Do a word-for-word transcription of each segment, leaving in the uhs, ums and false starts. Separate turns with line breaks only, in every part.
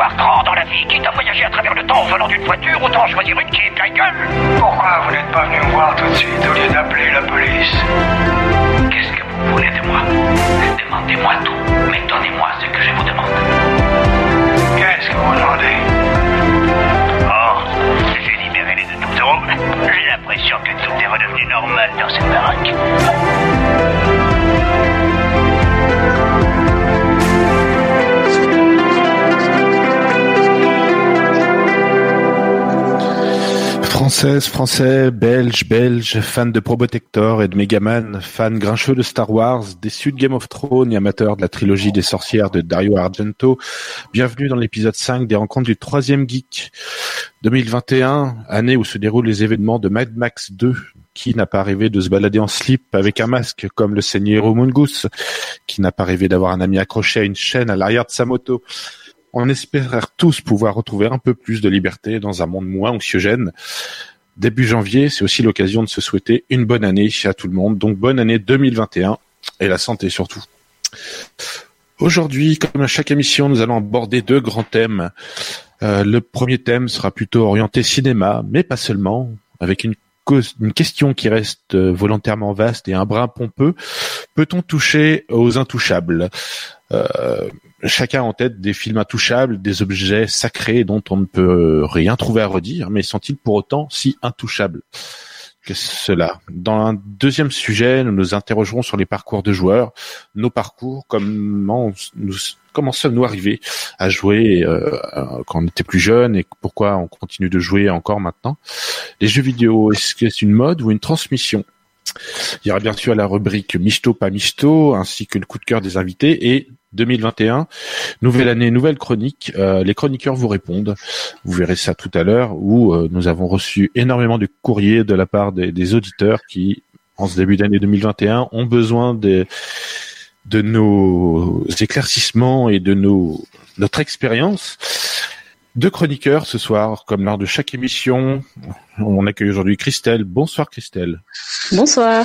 avoir grand dans la vie, quitte à voyager à travers le temps en volant d'une voiture, autant choisir une qui est pleine gueule.
Pourquoi vous n'êtes pas venu me voir tout de suite au lieu d'appeler la police?
Qu'est-ce que vous voulez de moi? Demandez-moi tout, mais donnez-moi ce que je vous demande.
Qu'est-ce que vous demandez?
Oh, j'ai libéré les deux tourtereaux. J'ai l'impression que tout est redevenu normal dans cette baraque.
Françaises, Français, Belges, Belges, fans de Probotector et de Megaman, fans grincheux de Star Wars, déçus de Game of Thrones et amateurs de la trilogie des sorcières de Dario Argento, bienvenue dans l'épisode cinq des rencontres du troisième geek. deux mille vingt et un, année où se déroulent les événements de Mad Max deux. Qui n'a pas rêvé de se balader en slip avec un masque comme le seigneur Romungus? Qui n'a pas rêvé d'avoir un ami accroché à une chaîne à l'arrière de sa moto? On espère tous pouvoir retrouver un peu plus de liberté dans un monde moins anxiogène. Début janvier, c'est aussi l'occasion de se souhaiter une bonne année à tout le monde. Donc bonne année deux mille vingt et un et la santé surtout. Aujourd'hui, comme à chaque émission, nous allons aborder deux grands thèmes. Euh, le premier thème sera plutôt orienté cinéma, mais pas seulement, avec une une question qui reste volontairement vaste et un brin pompeux. Peut-on toucher aux intouchables? euh, Chacun en tête des films intouchables, des objets sacrés dont on ne peut rien trouver à redire, mais sont-ils pour autant si intouchables que cela? Dans un deuxième sujet, nous nous interrogerons sur les parcours de joueurs, nos parcours, comment nous comment sommes-nous arrivés à jouer euh, quand on était plus jeune et pourquoi on continue de jouer encore maintenant. Les jeux vidéo, est-ce que c'est une mode ou une transmission? Il y aura bien sûr la rubrique Michto pas Michto, ainsi que le coup de cœur des invités, et deux mille vingt et un, nouvelle année, nouvelle chronique, euh, les chroniqueurs vous répondent. Vous verrez ça tout à l'heure, où euh, nous avons reçu énormément de courriers de la part des, des auditeurs qui, en ce début d'année deux mille vingt et un, ont besoin de, de nos éclaircissements et de nos notre expérience. Deux chroniqueurs ce soir, comme lors de chaque émission. On accueille aujourd'hui Christelle. Bonsoir Christelle.
Bonsoir.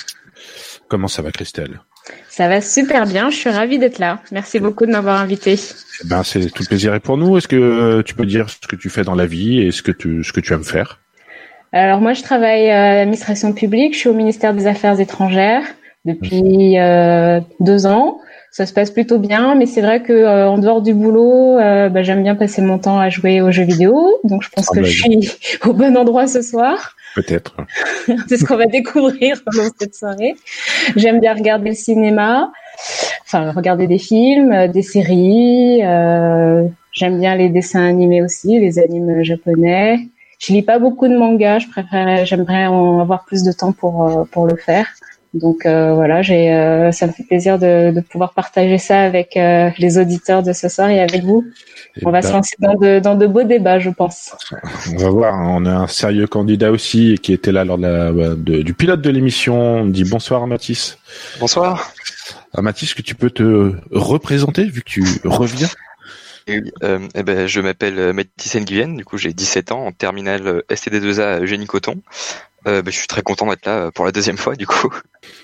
Comment ça va Christelle?
Ça va super bien, je suis ravie d'être là. Merci beaucoup de m'avoir invité.
Eh ben, c'est tout le plaisir est pour nous. Est-ce que tu peux dire ce que tu fais dans la vie et ce que tu, ce que tu aimes faire?
Alors moi, je travaille à l'administration publique, je suis au ministère des Affaires étrangères depuis euh, deux ans. Ça se passe plutôt bien, mais c'est vrai que euh, en dehors du boulot, euh, bah, j'aime bien passer mon temps à jouer aux jeux vidéo. Donc je pense ah que bah, je suis au bon endroit ce soir.
Peut-être.
C'est ce qu'on va découvrir dans cette soirée. J'aime bien regarder le cinéma, enfin regarder des films, des séries. Euh, j'aime bien les dessins animés aussi, les animes japonais. Je lis pas beaucoup de mangas, je préfère, j'aimerais en avoir plus de temps pour pour le faire. Donc euh, voilà, j'ai, euh, ça me fait plaisir de, de pouvoir partager ça avec euh, les auditeurs de ce soir et avec vous. Et on va ben, se lancer dans de, dans de beaux débats, je pense.
On va voir, on a un sérieux candidat aussi qui était là lors de la, de, du pilote de l'émission. On dit bonsoir à Mathis.
Bonsoir.
Alors, Mathis, est-ce que tu peux te représenter vu que tu reviens?
Oui, euh, eh ben, je m'appelle Mathis Nguyen, du coup j'ai dix-sept ans en terminale S T D deux A Génie Coton. Euh, bah, je suis très content d'être là pour la deuxième fois du coup.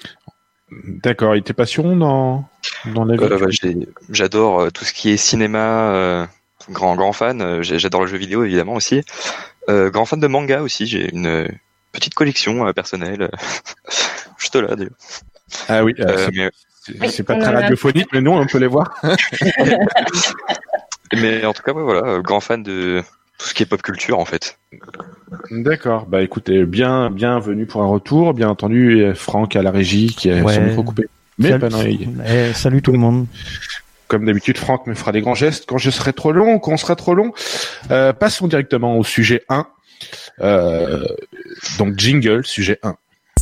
D'accord, et tes passions dans, dans la vie?
euh, bah, j'ai, J'adore euh, tout ce qui est cinéma, euh, grand, grand fan, euh, j'adore le jeu vidéo évidemment aussi, euh, grand fan de manga aussi, j'ai une euh, petite collection euh, personnelle, juste là d'ailleurs.
Ah oui, euh, euh, c'est, mais... c'est, c'est pas très radiophonique, mais non, on peut les voir.
Mais en tout cas, ouais, voilà, euh, grand fan de tout ce qui est pop culture en fait.
D'accord, bah écoutez, bien, bienvenue pour un retour, bien entendu, Franck à la régie qui a ouais. son micro coupé. Mais
salut,
ben non, il...
eh, salut tout le monde.
Comme d'habitude, Franck me fera des grands gestes quand je serai trop long ou quand on sera trop long. Euh, passons directement au sujet un. Euh, donc jingle, sujet un.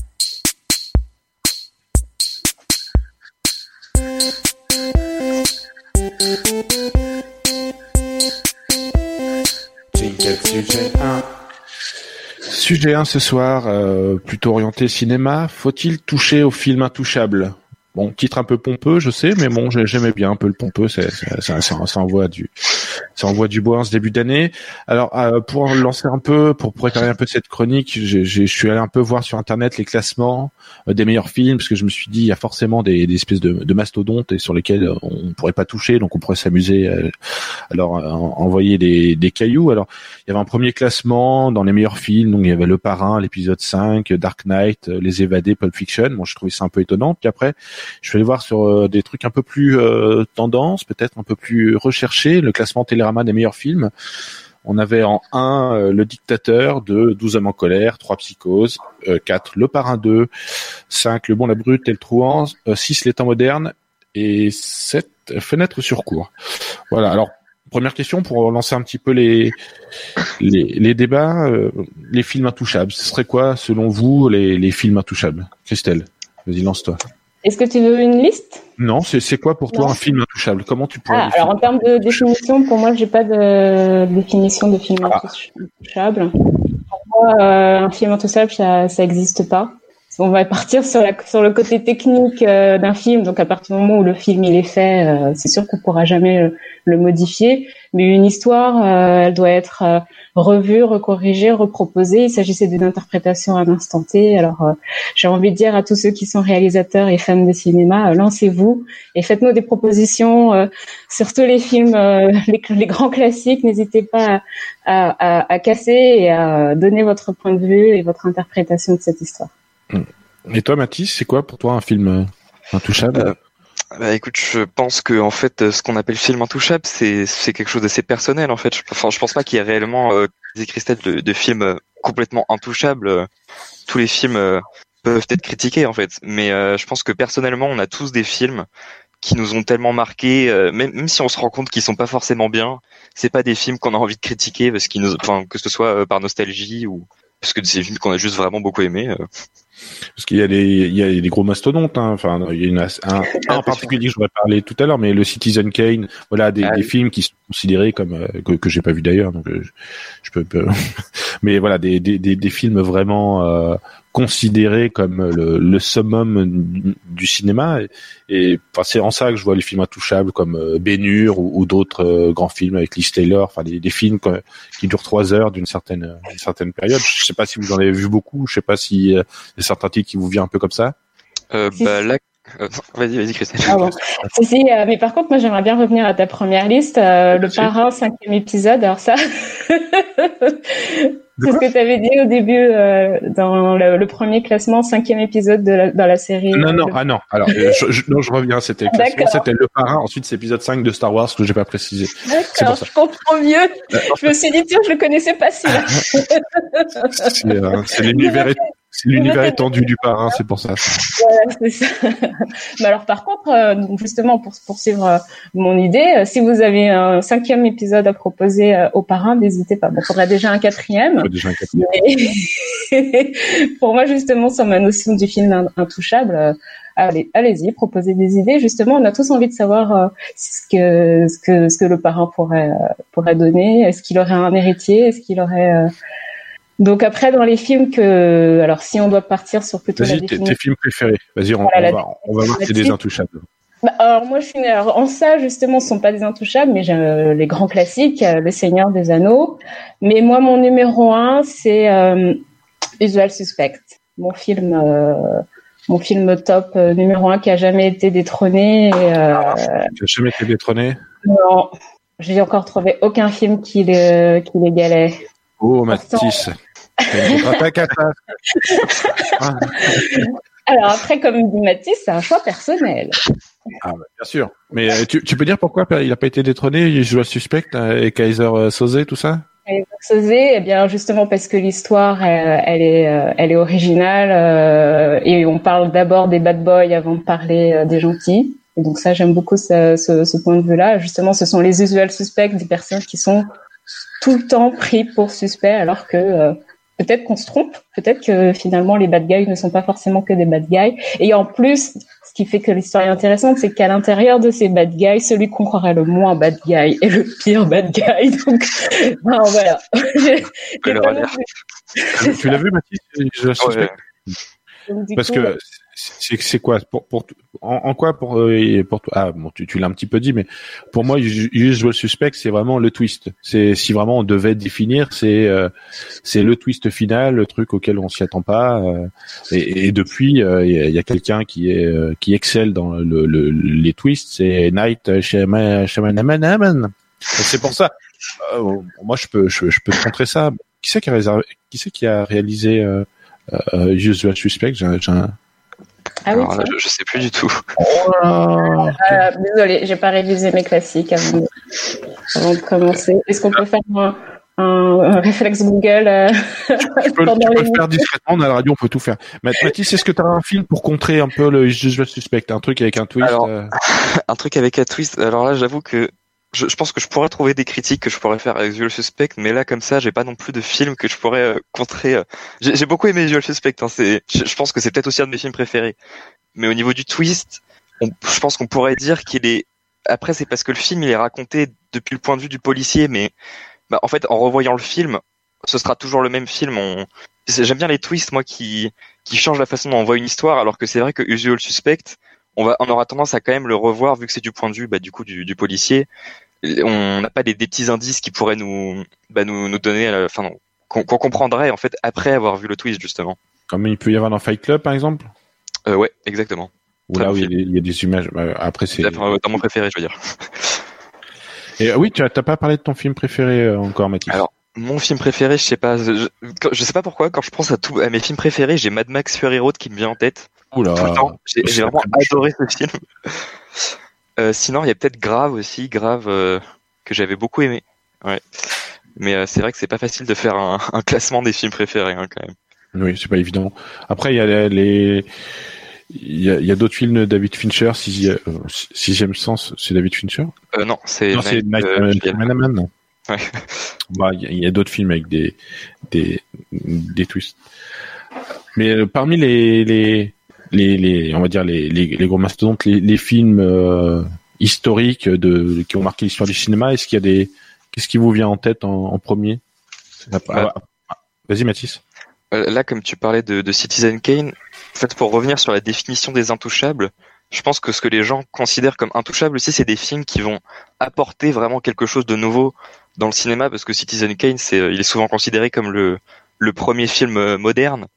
Sujet un. Sujet un ce soir, euh, plutôt orienté cinéma. Faut-il toucher au film intouchable? Bon, titre un peu pompeux, je sais, mais bon, j'aimais bien un peu le pompeux. C'est, c'est, ça, ça, ça envoie du, ça envoie du bois en ce début d'année. Alors, euh, pour lancer un peu, pour préparer un peu cette chronique, j'ai, j'ai, je suis allé un peu voir sur internet les classements euh, des meilleurs films, parce que je me suis dit, il y a forcément des, des espèces de, de mastodontes et sur lesquels on pourrait pas toucher, donc on pourrait s'amuser à, à leur envoyer des, des cailloux. Alors, il y avait un premier classement dans les meilleurs films, donc il y avait Le Parrain, l'épisode cinq, Dark Knight, Les Évadés, Pulp Fiction. Bon, je trouvais ça un peu étonnant. Puis après, je vais aller voir sur euh, des trucs un peu plus euh, tendance, peut-être un peu plus recherchés, le classement Télérama des meilleurs films. On avait en un euh, Le Dictateur, deux douze hommes en colère, trois Psychose, euh, quatre Le Parrain deux, cinq Le Bon, la Brute et le Truand, euh, six Les Temps modernes et sept Fenêtre sur cour. Voilà, alors première question pour lancer un petit peu les les, les débats, euh, les films intouchables. Ce serait quoi, selon vous, les, les films intouchables? Christelle, vas-y, lance-toi.
Est-ce que tu veux une liste?
Non, c'est c'est quoi pour toi
non.
un film intouchable? Comment tu pourrais
ah, Alors en termes de définition, pour moi, j'ai pas de définition de film
ah.
intouchable. Pour moi, euh, un film intouchable, ça ça existe pas. On va partir sur la sur le côté technique euh, d'un film. Donc à partir du moment où le film il est fait, euh, c'est sûr qu'on pourra jamais le, le modifier. Mais une histoire, euh, elle doit être euh, revue, recorrigée, reproposée. Il s'agissait d'une interprétation à l'instant T. Alors euh, j'ai envie de dire à tous ceux qui sont réalisateurs et fans de cinéma, euh, lancez-vous et faites-nous des propositions euh, sur tous les films, euh, les, les grands classiques. N'hésitez pas à, à, à casser et à donner votre point de vue et votre interprétation de cette histoire.
Et toi, Mathis, c'est quoi pour toi un film intouchable?
euh, Bah écoute, je pense que en fait, ce qu'on appelle film intouchable, c'est c'est quelque chose d'assez personnel en fait. Je, enfin, je pense pas qu'il y ait réellement euh, des Christelle de, de films complètement intouchables. Tous les films euh, peuvent être critiqués en fait, mais euh, je pense que personnellement, on a tous des films qui nous ont tellement marqués, euh, même même si on se rend compte qu'ils sont pas forcément bien, c'est pas des films qu'on a envie de critiquer parce qu'ils nous, enfin que ce soit euh, par nostalgie ou parce que c'est des films qu'on a juste vraiment beaucoup aimés. Euh.
Parce qu'il y a des, il y a des gros mastodontes, hein. Enfin, il y en a un, un en particulier que j'aurais parlé tout à l'heure, mais le Citizen Kane, voilà, des, ah, des oui. films qui sont considérés comme, euh, que, que j'ai pas vu d'ailleurs, donc euh, je peux, peux mais voilà, des, des, des, des films vraiment euh, considérés comme le, le summum du, du cinéma. Et, et enfin, c'est en ça que je vois les films intouchables comme euh, Ben-Hur ou, ou d'autres euh, grands films avec Liz Taylor, enfin des, des films que, qui durent trois heures d'une certaine, d'une certaine période. Je sais pas si vous en avez vu beaucoup, je sais pas si euh, certains titres qui vous viennent un peu comme ça.
Euh, bah là, euh, vas-y, vas-y, Christelle.
Ah bon. Si, si, euh, mais par contre, moi, j'aimerais bien revenir à ta première liste, euh, le Parrain, cinquième épisode. Alors ça, c'est ce que tu avais dit au début euh, dans le, le premier classement, cinquième épisode de la, dans la série.
Non, non,
le...
ah non. Alors, je, je, non, je reviens. C'était le classement, D'accord. C'était le Parrain. Ensuite, c'est épisode cinq de Star Wars que j'ai pas précisé.
D'accord, je comprends mieux. Je me suis dit, tiens, je le connaissais pas celui-là.
c'est, euh, c'est l'univers. C'est l'univers étendu du Parrain, c'est pour ça.
Voilà, c'est ça. Mais alors, par contre, euh, justement, pour poursuivre euh, mon idée, euh, si vous avez un cinquième épisode à proposer euh, au Parrain, n'hésitez pas. Bon, il faudrait déjà un quatrième.
Il déjà un quatrième.
Mais pour moi, justement, sur ma notion du film intouchable, euh, allez, allez-y, proposez des idées. Justement, on a tous envie de savoir euh, ce que ce que ce que le Parrain pourrait euh, pourrait donner. Est-ce qu'il aurait un héritier? Est-ce qu'il aurait euh, Donc après, dans les films que, alors si on doit partir sur plutôt
Vas-y,
la définition...
tes films préférés. Vas-y, on, voilà, on, va, on va voir si c'est des intouchables.
Bah, alors moi, je suis alors, en ça justement, ce sont pas des intouchables, mais j'ai euh, les grands classiques, euh, Le Seigneur des Anneaux. Mais moi, mon numéro un, c'est euh, Usual Suspect, mon film, euh, mon film top euh, numéro un qui a jamais été détrôné. Et, euh,
ah, qui a jamais été détrôné?
Non, j'ai encore trouvé aucun film qui le, qui l'égalait.
Oh, Mathis.
Alors après, comme dit Mathis, c'est un choix personnel.
Ah, bah, bien sûr. Mais euh, tu, tu peux dire pourquoi il n'a pas été détrôné? Il joue à Suspect euh, et Kaiser euh, Soze, tout ça?
Kaiser Soze, eh bien justement parce que l'histoire, elle, elle est, euh, elle est originale euh, et on parle d'abord des bad boys avant de parler euh, des gentils. Et donc ça, j'aime beaucoup ce, ce, ce point de vue-là. Justement, ce sont les usual suspects, des personnes qui sont tout le temps pris pour suspect, alors que euh, peut-être qu'on se trompe, peut-être que finalement les bad guys ne sont pas forcément que des bad guys. Et en plus, ce qui fait que l'histoire est intéressante, c'est qu'à l'intérieur de ces bad guys, celui qu'on croirait le moins bad guy est le pire bad guy. Donc, non, voilà. j'ai, j'ai pas non plus...
Tu l'as vu, Mathis? Je suspecte.
Ouais.
Donc, Parce coup, que c'est, c'est quoi pour, pour en, en quoi pour euh, pour toi ah bon tu, tu l'as un petit peu dit mais pour moi Usual Suspect c'est vraiment le twist. C'est si vraiment on devait définir c'est euh, c'est le twist final, le truc auquel on s'y attend pas euh, et, et depuis il euh, y, a, y a quelqu'un qui est euh, qui excelle dans le, le les twists, c'est Night Shyamalan. C'est pour ça euh, moi je peux je, je peux te montrer ça. Qui c'est qui a réservé, qui c'est qui a réalisé euh, euh, Usual Suspect? J'ai, j'ai un...
Ah oui,
Alors, là, je, je sais plus du tout.
Oh là,
euh, désolée, j'ai pas révisé mes classiques avant de, avant de commencer. Est-ce qu'on peut faire un, un, un réflexe Google euh,
tu peux, tu peux le faire discrètement, à la radio on peut tout faire. Mathis, est-ce que tu as un film pour contrer un peu le Usual Suspect, un truc avec un twist?
Alors,
euh...
un truc avec un twist, alors là j'avoue que Je, je pense que je pourrais trouver des critiques que je pourrais faire avec Usual Suspect, mais là comme ça, j'ai pas non plus de film que je pourrais euh, contrer. Euh. J'ai, j'ai beaucoup aimé Usual Suspect. Hein, c'est, je, je pense que c'est peut-être aussi un de mes films préférés. Mais au niveau du twist, on, je pense qu'on pourrait dire qu'il est. Après, c'est parce que le film il est raconté depuis le point de vue du policier, mais bah, en fait, en revoyant le film, ce sera toujours le même film. On... J'aime bien les twists, moi, qui qui changent la façon dont on voit une histoire, alors que c'est vrai que Usual Suspect, on va, on aura tendance à quand même le revoir vu que c'est du point de vue, bah, du coup, du, du policier. On n'a pas des, des petits indices qui pourraient nous, bah, nous, nous donner, enfin, non, qu'on, qu'on comprendrait en fait après avoir vu le twist justement.
Comme il peut y avoir dans Fight Club par exemple.
Euh, ouais, exactement.
Ou là où il y, a des, il y a des images. Après c'est.
Dans mon préféré, je veux dire.
Et oui, tu as, t'as pas parlé de ton film préféré euh, encore, Mathis.
Alors, mon film préféré, je sais pas, je, je sais pas pourquoi. Quand je pense à tout, à mes films préférés, j'ai Mad Max Fury Road qui me vient en tête.
Oula.
Tout le temps. J'ai, j'ai vraiment adoré ce film. Euh, sinon, il y a peut-être Grave aussi, Grave euh, que j'avais beaucoup aimé. Ouais. Mais euh, c'est vrai que c'est pas facile de faire un, un classement des films préférés hein, quand même.
Oui, c'est pas évident. Après, il y a les, il y a, il y a d'autres films de David Fincher. Si, euh, Sixième Sens, c'est David Fincher.
Euh, non, c'est
non,
Night,
c'est Night
euh,
Shyamalan. Non.
Ouais.
Bah, il y, a, il y a d'autres films avec des des des twists. Mais euh, parmi les les Les, les, on va dire les, les, les gros mastodontes, les, les films euh, historiques de, qui ont marqué l'histoire du cinéma. Est-ce qu'il y a des, qu'est-ce qui vous vient en tête en, en premier? Ah, ah, ah, vas-y, Mathis.
Là, comme tu parlais de, de Citizen Kane, en fait, pour revenir sur la définition des intouchables, je pense que ce que les gens considèrent comme intouchables aussi, c'est des films qui vont apporter vraiment quelque chose de nouveau dans le cinéma, parce que Citizen Kane, c'est, il est souvent considéré comme le, le premier film moderne.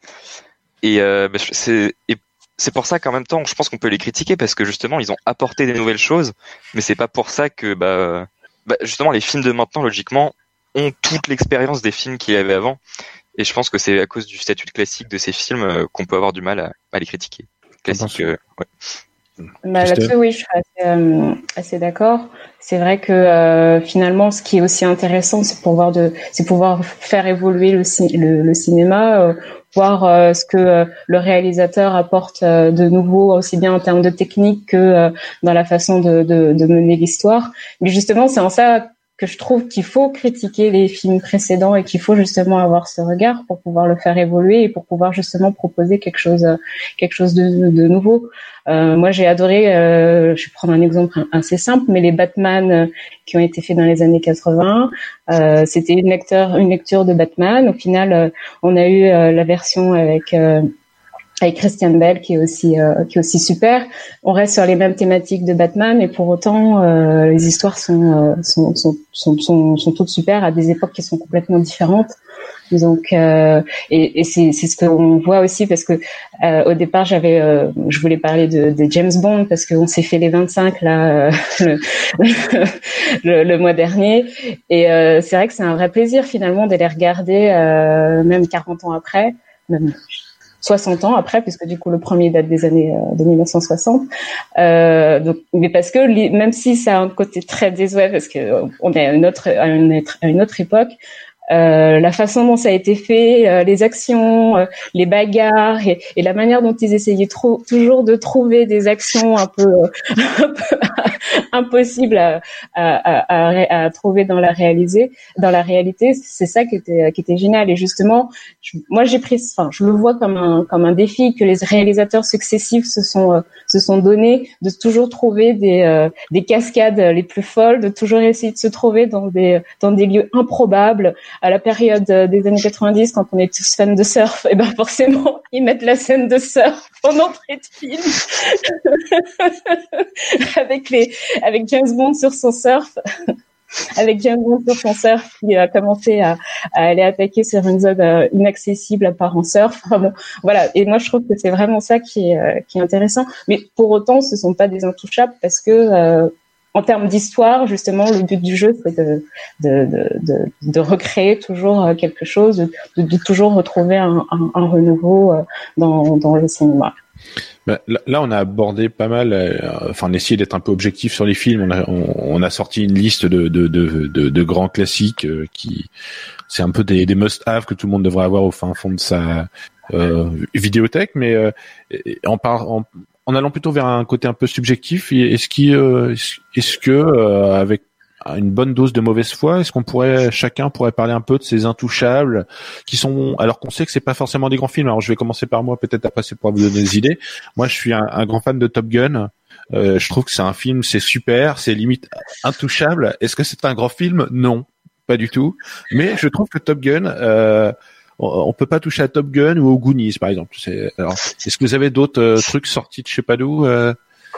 Et euh, c'est, et c'est pour ça qu'en même temps, je pense qu'on peut les critiquer parce que justement, ils ont apporté des nouvelles choses, mais c'est pas pour ça que, bah, bah justement, les films de maintenant, logiquement, ont toute l'expérience des films qu'il y avait avant. Et je pense que c'est à cause du statut de classique de ces films euh, qu'on peut avoir du mal à, à les critiquer. Classique, euh, ouais.
Bah, là-dessus, oui, je suis assez, euh, assez d'accord. C'est vrai que euh, finalement, ce qui est aussi intéressant, c'est pouvoir de, c'est pouvoir faire évoluer le, le, le cinéma, euh, voir euh, ce que euh, le réalisateur apporte euh, de nouveau, aussi bien en termes de technique que euh, dans la façon de, de, de mener l'histoire. Mais justement, c'est en ça que je trouve qu'il faut critiquer les films précédents et qu'il faut justement avoir ce regard pour pouvoir le faire évoluer et pour pouvoir justement proposer quelque chose, quelque chose de, de nouveau. Euh, moi, j'ai adoré, euh, je vais prendre un exemple assez simple, mais les Batman qui ont été faits dans les années quatre-vingts, euh, c'était une lecture, une lecture de Batman. Au final, euh, on a eu euh, la version avec euh, avec Christian Bale qui est aussi euh, qui est aussi super. On reste sur les mêmes thématiques de Batman et pour autant euh, les histoires sont, euh, sont sont sont sont sont toutes super à des époques qui sont complètement différentes. Donc euh, et, et c'est c'est ce qu'on voit aussi parce que euh, au départ j'avais euh, je voulais parler de, de James Bond parce qu'on s'est fait les vingt-cinq là euh, le, le, le mois dernier et euh, c'est vrai que c'est un vrai plaisir finalement de les regarder euh, même quarante ans après, même soixante ans après, puisque du coup le premier date des années euh, de mille neuf cent soixante. Euh, donc, mais parce que li, même si ça a un côté très désuet, parce que euh, on est à une autre à une, à une autre époque, euh, la façon dont ça a été fait, euh, les actions, euh, les bagarres et, et la manière dont ils essayaient trop, toujours de trouver des actions un peu, euh, un peu impossibles à, à, à, à trouver dans la réalisée, dans la réalité, c'est ça qui était qui était génial. Et justement, je, moi j'ai pris, enfin, je le vois comme un comme un défi que les réalisateurs successifs se sont euh, se sont donnés, de toujours trouver des euh, des cascades les plus folles, de toujours essayer de se trouver dans des dans des lieux improbables, à la période des années quatre-vingt-dix, quand on est tous fans de surf, et ben forcément, ils mettent la scène de surf en entrée de film, avec les, avec James Bond sur son surf. Avec James Bond sur son surf qui a commencé à, à aller attaquer sur une zone euh, inaccessible à part en surf. Enfin bon, voilà. Et moi, je trouve que c'est vraiment ça qui est, euh, qui est intéressant. Mais pour autant, ce sont pas des intouchables parce que, euh, en termes d'histoire, justement, le but du jeu, c'est de, de, de, de, de recréer toujours quelque chose, de, de toujours retrouver un, un, un renouveau dans, dans le cinéma.
Bah, là, on a abordé pas mal, euh, enfin, on a essayé d'être un peu objectif sur les films. On a, on, on a sorti une liste de, de, de, de, de grands classiques euh, qui, c'est un peu des, des must-have que tout le monde devrait avoir au fin fond de sa euh, vidéothèque. Mais euh, en, par, en, en allant plutôt vers un côté un peu subjectif, est-ce qu'il, euh, est-ce que euh, avec une bonne dose de mauvaise foi, est-ce qu'on pourrait, chacun pourrait parler un peu de ces intouchables qui sont, alors qu'on sait que c'est pas forcément des grands films. Alors je vais commencer par moi, peut-être après c'est pour vous donner des idées. Moi je suis un, un grand fan de Top Gun. Euh, je trouve que c'est un film, c'est super, c'est limite intouchable. Est-ce que c'est un grand film? Non, pas du tout. Mais je trouve que Top Gun, euh, on, on peut pas toucher à Top Gun ou aux Goonies par exemple. C'est, alors, est-ce que vous avez d'autres euh, trucs sortis de je sais pas d'où, euh,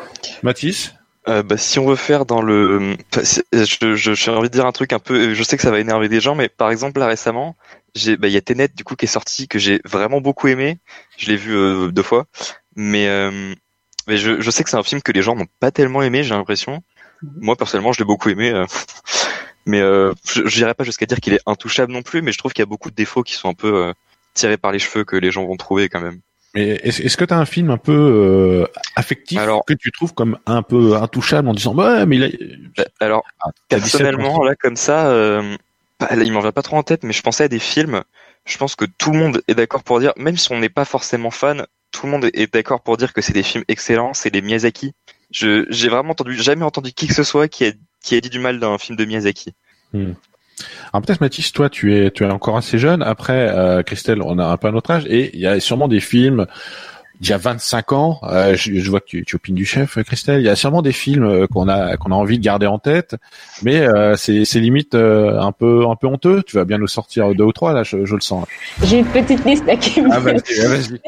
Mathis?
Euh, bah, si on veut faire dans le, je, je, j'ai envie de dire un truc un peu, je sais que ça va énerver des gens, mais par exemple là récemment, j'ai, bah il y a Tenet du coup qui est sorti que j'ai vraiment beaucoup aimé. Je l'ai vu euh, deux fois, mais euh, mais je, je sais que c'est un film que les gens n'ont pas tellement aimé, j'ai l'impression. Moi personnellement, je l'ai beaucoup aimé, euh, mais euh, je n'irai pas jusqu'à dire qu'il est intouchable non plus, mais je trouve qu'il y a beaucoup de défauts qui sont un peu euh, tirés par les cheveux que les gens vont trouver quand même.
Mais est-ce, est-ce que tu as un film un peu euh, affectif alors, que tu trouves comme un peu intouchable en disant ouais mais il a...
alors ah, personnellement là comme ça euh, bah, là, il m'en vient pas trop en tête, mais je pensais à des films, je pense que tout le monde est d'accord pour dire, même si on n'est pas forcément fan, tout le monde est d'accord pour dire que c'est des films excellents, c'est les Miyazaki. Je j'ai vraiment entendu jamais entendu qui que ce soit qui a qui a dit du mal d'un film de Miyazaki.
Hmm. Alors peut-être Mathis, toi tu es tu es encore assez jeune. Après euh, Christelle, on a un peu un autre âge et il y a sûrement des films d'il y a vingt-cinq ans. Euh, je, je vois que tu, tu opines du chef, Christelle. Il y a sûrement des films qu'on a qu'on a envie de garder en tête, mais euh, c'est c'est limite euh, un peu un peu honteux. Tu vas bien nous sortir deux ou trois là, je, je le sens.
J'ai une petite liste à qui me...
Ah vas-y, vas-y.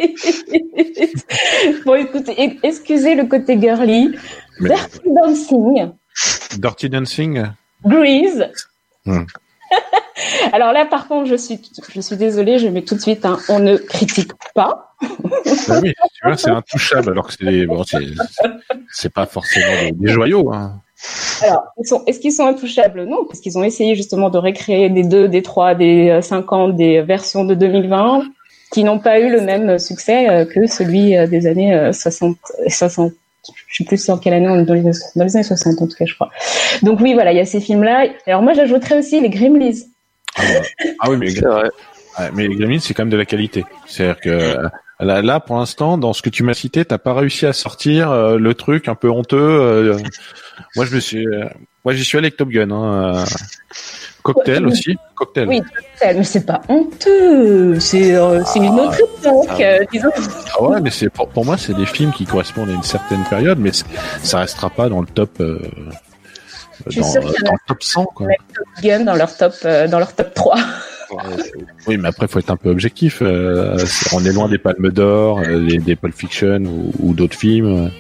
Bon écoutez, excusez le côté girly. Mais... Dirty Dancing.
Dirty Dancing.
Grease.
Hmm.
Alors là, par contre, je suis, je suis désolée, je mets tout de suite un, on ne critique pas.
Ah oui, tu vois, c'est intouchable, alors que c'est, bon, c'est, c'est pas forcément des, des joyaux, hein.
Alors, ils sont, est-ce qu'ils sont intouchables? Non, parce qu'ils ont essayé justement de récréer des deux, des trois, des cinquante, des versions de deux mille vingt qui n'ont pas eu le même succès que celui des années soixante, soixante. Je suis plus sur quelle année, dans les, dans les années soixante en tout cas, je crois. Donc oui, voilà, il y a ces films-là. Alors moi, j'ajouterais aussi les Gremlins.
Ah, ouais. Ah oui, mais, c'est vrai. Mais les Gremlins, c'est quand même de la qualité. C'est-à-dire que là, là, pour l'instant, dans ce que tu m'as cité, t'as pas réussi à sortir euh, le truc un peu honteux. Euh, moi, je me suis, euh, moi, j'y suis allé avec Top Gun. Hein, euh, Cocktail ouais, aussi, Cocktail.
Oui, Cocktail, mais c'est pas honteux. C'est, euh, c'est ah, une autre époque, euh, disons.
Ah ouais, mais c'est pour, pour moi, c'est des films qui correspondent à une certaine période, mais ça restera pas dans le top. Euh,
Je
dans,
suis
euh, dans le top cent, quoi.
Top Gun dans leur top, euh, dans leur top trois.
Oui, mais après, faut être un peu objectif. Euh, on est loin des Palmes d'Or, euh, des, des Pulp Fiction ou, ou d'autres films.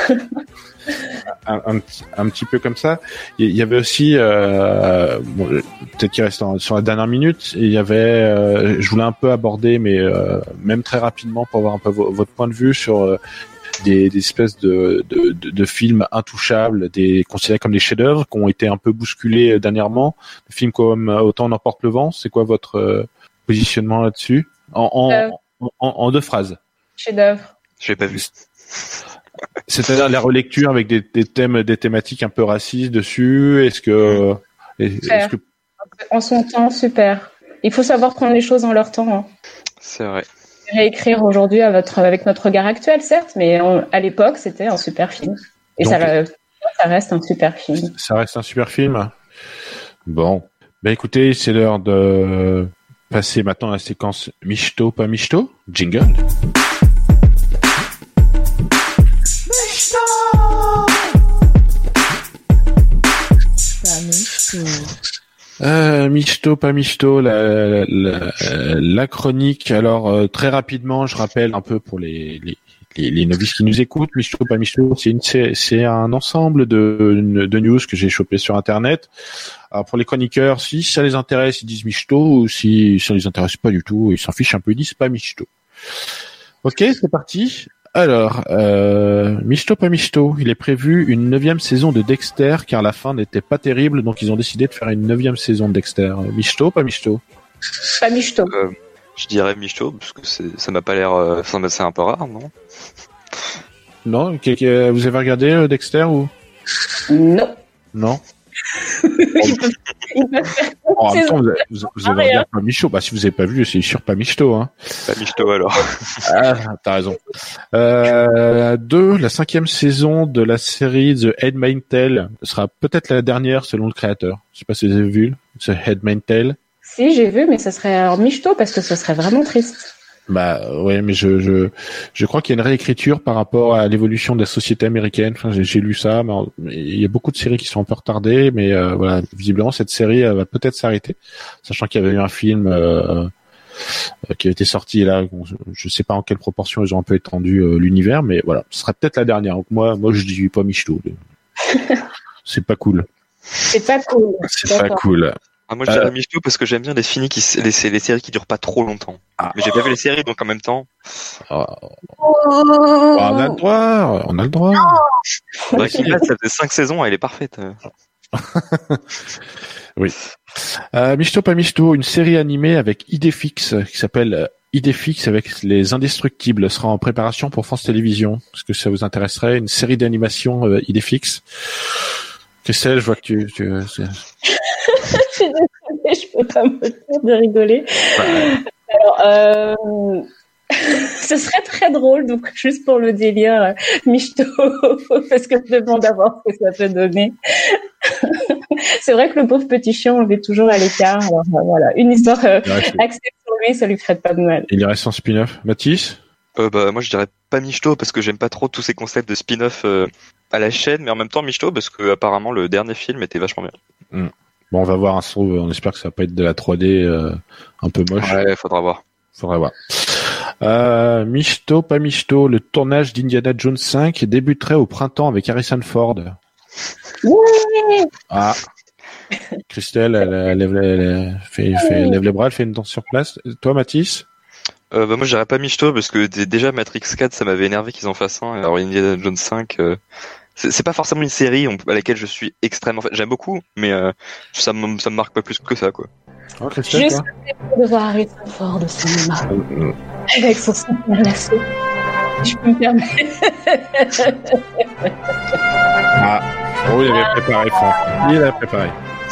Un, un, un petit peu comme ça. Il y avait aussi, euh, bon, peut-être qu'il reste en, sur la dernière minute, il y avait, euh, je voulais un peu aborder, mais euh, même très rapidement pour avoir un peu v- votre point de vue sur euh, des, des espèces de, de, de, de films intouchables, des considérés comme des chefs-d'œuvre, qui ont été un peu bousculés dernièrement. Des films comme Autant en emporte le vent. C'est quoi votre euh, positionnement là-dessus en, en, euh, en, en, en deux phrases.
Chef-d'œuvre.
Je l'ai pas vu.
C'est-à-dire la relecture avec des, des thèmes, des thématiques un peu racistes dessus. Est-ce que, est-ce que...
En son temps, super. Il faut savoir prendre les choses en leur temps. Hein.
C'est vrai.
Réécrire aujourd'hui à votre, avec notre regard actuel, certes, mais on, à l'époque, c'était un super film. Et Donc, ça, ça reste un super film.
Ça reste un super film. Bon, ben écoutez, c'est l'heure de passer maintenant à la séquence Michto, pas Michto. Jingle. Euh, Michto, pas Michto, la, la, la chronique. Alors euh, très rapidement, je rappelle un peu pour les, les, les, les novices qui nous écoutent. Michto, pas Michto, c'est une, c'est, c'est un ensemble de, de news que j'ai chopé sur Internet. Alors pour les chroniqueurs, si ça les intéresse, ils disent Michto, ou si ça les intéresse pas du tout, ils s'en fichent un peu, ils disent pas Michto. Ok, c'est parti. Alors, euh, Michto pas Michto, il est prévu une neuvième saison de Dexter car la fin n'était pas terrible, donc ils ont décidé de faire une neuvième saison de Dexter. Michto pas Michto?
Pas Michto.
Euh, je dirais Michto parce que c'est, ça m'a pas l'air, euh, ça m'a- c'est un peu rare, non?
Non, que- que- vous avez regardé euh, Dexter ou
Non.
non?
Ils peuvent, ils peuvent faire
En même
saison.
temps, vous avez, vous, vous avez
Rien.
regardé pas Michto. Bah si vous avez pas vu, c'est sûr pas Michto. Hein.
Pas Michto alors.
Ah, t'as raison. Euh, deux, la cinquième saison de la série The Handmaid's Tale sera peut-être la dernière selon le créateur. Je sais pas si vous avez vu The Handmaid's Tale.
Si, j'ai vu, mais ça serait alors Michto parce que ce serait vraiment triste.
Bah ouais, mais je je je crois qu'il y a une réécriture par rapport à l'évolution de la société américaine. Enfin, j'ai, j'ai lu ça, mais en- mais il y a beaucoup de séries qui sont un peu retardées, mais euh, voilà, visiblement cette série elle va peut-être s'arrêter, sachant qu'il y avait eu un film euh, euh, qui a été sorti là. Bon, je, je sais pas en quelle proportion ils ont un peu étendu euh, l'univers, mais voilà, ce sera peut-être la dernière. Donc moi, moi je dis pas Michto. C'est pas cool.
C'est pas cool.
C'est pas
D'accord.
cool.
Ah, moi je dirais
Euh.
Michto parce que j'aime bien les finis qui, s- les, les séries qui durent pas trop longtemps.
Ah.
Mais j'ai pas vu les séries donc en même temps.
Ah, on a le droit. On a le droit.
Breaking Bad ça faisait cinq saisons, elle est parfaite.
Euh, Michto pas Michto, une série animée avec Idéfix qui s'appelle euh, Idéfix avec les Indestructibles sera en préparation pour France Télévisions. Est-ce que ça vous intéresserait, une série d'animation euh, Idéfix? Christelle, je vois que tu... tu c'est-
Je suis désolée, je peux pas me faire de rigoler. Alors, euh... ce serait très drôle, donc juste pour le délire, euh, Michto, parce que je me demande d'abord ce que ça peut donner. C'est vrai que le pauvre petit chien, on le met toujours à l'écart. Alors euh, voilà, une histoire euh,
il, reste,
axée sur lui, ça lui ferait pas de mal.
il reste en spin-off. Mathis?
Euh, bah moi je dirais pas Michto parce que j'aime pas trop tous ces concepts de spin-off euh, à la chaîne, mais en même temps Michto parce que apparemment le dernier film était vachement bien.
Bon, on va voir, un on espère que ça va pas être de la trois D euh, un peu moche.
Ouais, faudra voir.
Faudra voir. Euh, Michto, pas Michto, le tournage d'Indiana Jones cinq débuterait au printemps avec Harrison Ford.
Ouais.
Ah. Christelle, elle, elle lève, les, elle fait, fait, elle lève les bras, elle fait une danse sur place. Toi, Mathis?
Euh, bah moi je dirais pas Michto parce que d- déjà Matrix quatre ça m'avait énervé qu'ils en fassent un. Alors Indiana Jones cinq euh, c'est, c'est pas forcément une série on- à laquelle je suis extrêmement fan. J'aime beaucoup mais euh, ça me ça me marque pas plus que ça quoi.
Oh, Christelle,
Juste
toi?
de voir Harrison Ford au cinéma,
Euh,
avec son super lasso. Si je peux me permettre.
Ah. Oh, il avait préparé, Franck. Il a préparé.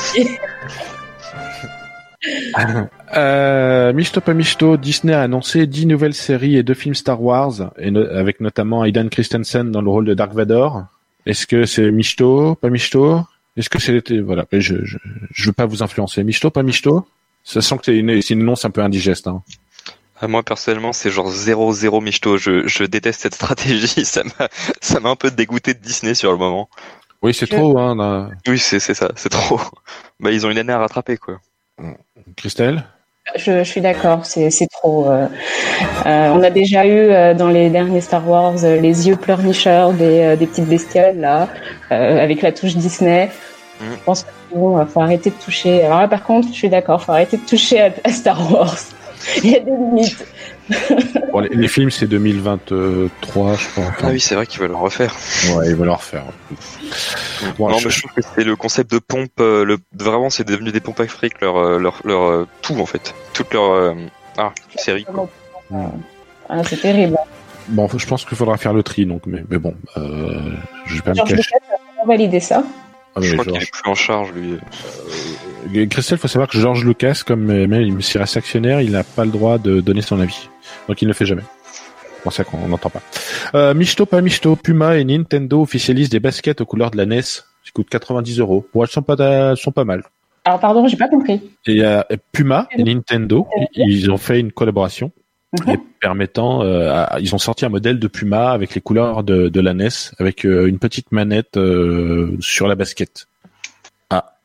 euh, Michto pas Michto, Disney a annoncé dix nouvelles séries et deux films Star Wars, et no- avec notamment Hayden Christensen dans le rôle de Dark Vador. Est-ce que c'est Michto, pas Michto? Est-ce que c'est, voilà, je, je, je veux pas vous influencer. Michto, pas Michto? Ça sent que c'est une, c'est une annonce un peu indigeste, hein.
Ah, moi personnellement c'est genre zéro zéro Michto. Je, je déteste cette stratégie. Ça m'a ça m'a un peu dégoûté de Disney sur le moment.
Oui, c'est
Je-
trop, hein, là.
Oui c'est c'est ça c'est trop. Bah ils ont une année à rattraper quoi.
Christelle?
Je, je suis d'accord, c'est, c'est trop. euh, euh, on a déjà eu euh, dans les derniers Star Wars euh, les yeux pleurnicheurs des, euh, des petites bestioles là, euh, avec la touche Disney.
Mhm.
Je pense qu'il faut arrêter de toucher. Alors là, par contre, je suis d'accord, faut arrêter de toucher à, à Star Wars. Il y a des limites.
Bon, les, les films, c'est deux mille vingt-trois, je crois. Enfin,
Ah oui c'est vrai qu'ils veulent en refaire.
ouais, ils vont leur faire. Bon,
non
je-
mais je trouve que c'est le concept de pompe. euh, le vraiment c'est devenu des pompes à fric leur euh, leur leur euh, tout en fait. Toute leur euh, ah série quoi.
Ah, c'est terrible.
Bon, je pense qu'il faudra faire le tri, donc, mais, mais bon, euh, je vais pas me
George
cacher.
Lucas a vraiment validé ça.
Ah, mais
Je crois
George-
qu'il est plus en charge lui.
Euh, Christelle, faut savoir que George Lucas, comme euh, même s'il reste actionnaire, il n'a pas le droit de donner son avis. Donc il ne le fait jamais. C'est pour ça qu'on n'entend pas. Euh, Michto, pas Michto, Puma et Nintendo officialisent des baskets aux couleurs de la N E S qui coûtent quatre-vingt-dix euros. Bon, elles sont pas, da- elles sont pas mal.
Alors, pardon, j'ai pas compris.
Et il y a Puma et Nintendo, ils ont fait une collaboration
Mhm.
et permettant, euh, à- ils ont sorti un modèle de Puma avec les couleurs de, de la N E S, avec euh, une petite manette euh, sur la basket. Ah,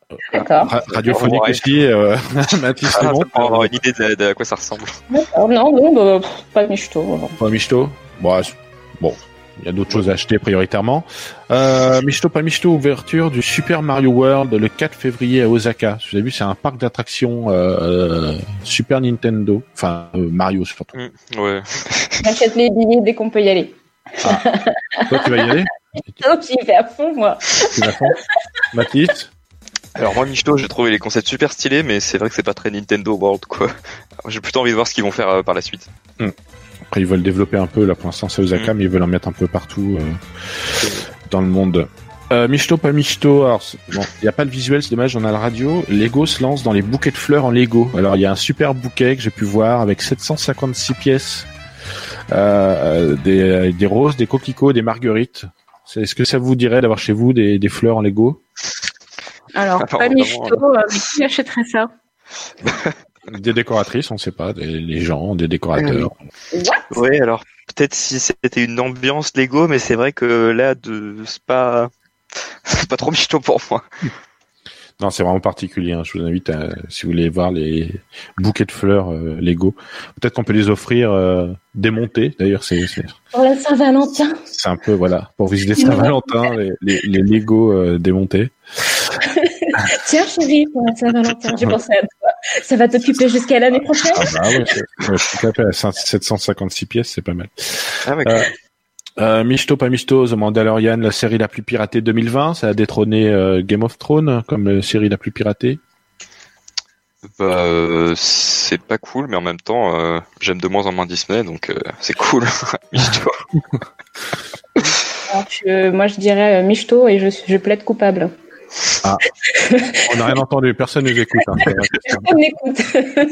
D'accord.
Ra- radiophonique
Ouais.
aussi, euh, Mathis
Ah,
Lemon.
pour avoir une idée de, de à quoi ça ressemble.
D'accord. Non, non, bah, pff, pas de michto.
Pas Michto. Bon, c'est- bon, il y a d'autres choses à acheter prioritairement. Euh, Michto, pas Michto, ouverture du Super Mario World le quatre février à Osaka. Vous avez vu, c'est un parc d'attractions euh, Super Nintendo, enfin euh, Mario surtout.
Mm, ouais.
J'achète les billets dès qu'on peut y aller.
Toi, tu vas y aller?
Donc j'y vais à fond, moi.
Tu vas fond Mathis?
Alors moi Michto, j'ai trouvé les concepts super stylés, mais c'est vrai que c'est pas très Nintendo World quoi. Alors, j'ai plutôt envie de voir ce qu'ils vont faire euh, par la suite.
Après, ils veulent développer un peu, là pour l'instant c'est Osaka,
Mm.
mais ils veulent en mettre un peu partout euh, dans le monde. Euh, Michto, pas Michto. Alors, c'est- bon, il n'y a pas le visuel, c'est dommage, on a la radio. Lego se lance dans les bouquets de fleurs en Lego. Alors, il y a un super bouquet que j'ai pu voir avec sept cent cinquante-six pièces, euh, des, des roses, des coquelicots, des marguerites. C'est- Est-ce que ça vous dirait d'avoir chez vous des, des fleurs en Lego?
Alors,
Ah,
pas
pardon,
michto, euh, mais qui achèterait ça?
Des décoratrices, on sait pas, des, les gens, des décorateurs.
What?
Ouais, alors peut-être si c'était une ambiance Lego, mais c'est vrai que là, de... c'est pas, c'est pas trop Michto pour moi.
Non, c'est vraiment particulier. Hein. Je vous invite, à, si vous voulez voir les bouquets de fleurs euh, Lego, peut-être qu'on peut les offrir euh, démontés. D'ailleurs, c'est c'est
Pour la Saint-Valentin.
c'est un peu voilà pour visiter Saint-Valentin, les, les, les Lego euh, démontés.
Tiens, chérie, pour la Saint-Valentin, j'ai pensé à toi. Ça va t'occuper jusqu'à l'année prochaine?
Ah bah ouais, c'est- ouais, je suis capé à sept cent cinquante-six pièces, c'est pas mal.
Ah, mais
Euh, Euh, Michto, pas Michto, The Mandalorian, la série la plus piratée deux mille vingt, ça a détrôné euh, Game of Thrones comme euh, série la plus piratée.
bah, euh, c'est pas cool, mais en même temps, euh, j'aime de moins en moins Disney, donc euh, c'est cool. Michto.
Alors, je- moi, je dirais euh, michto et je, je plaide coupable.
On n'a rien entendu, personne ne nous écoute. Hein, c'est vrai, c'est ça.
On écoute.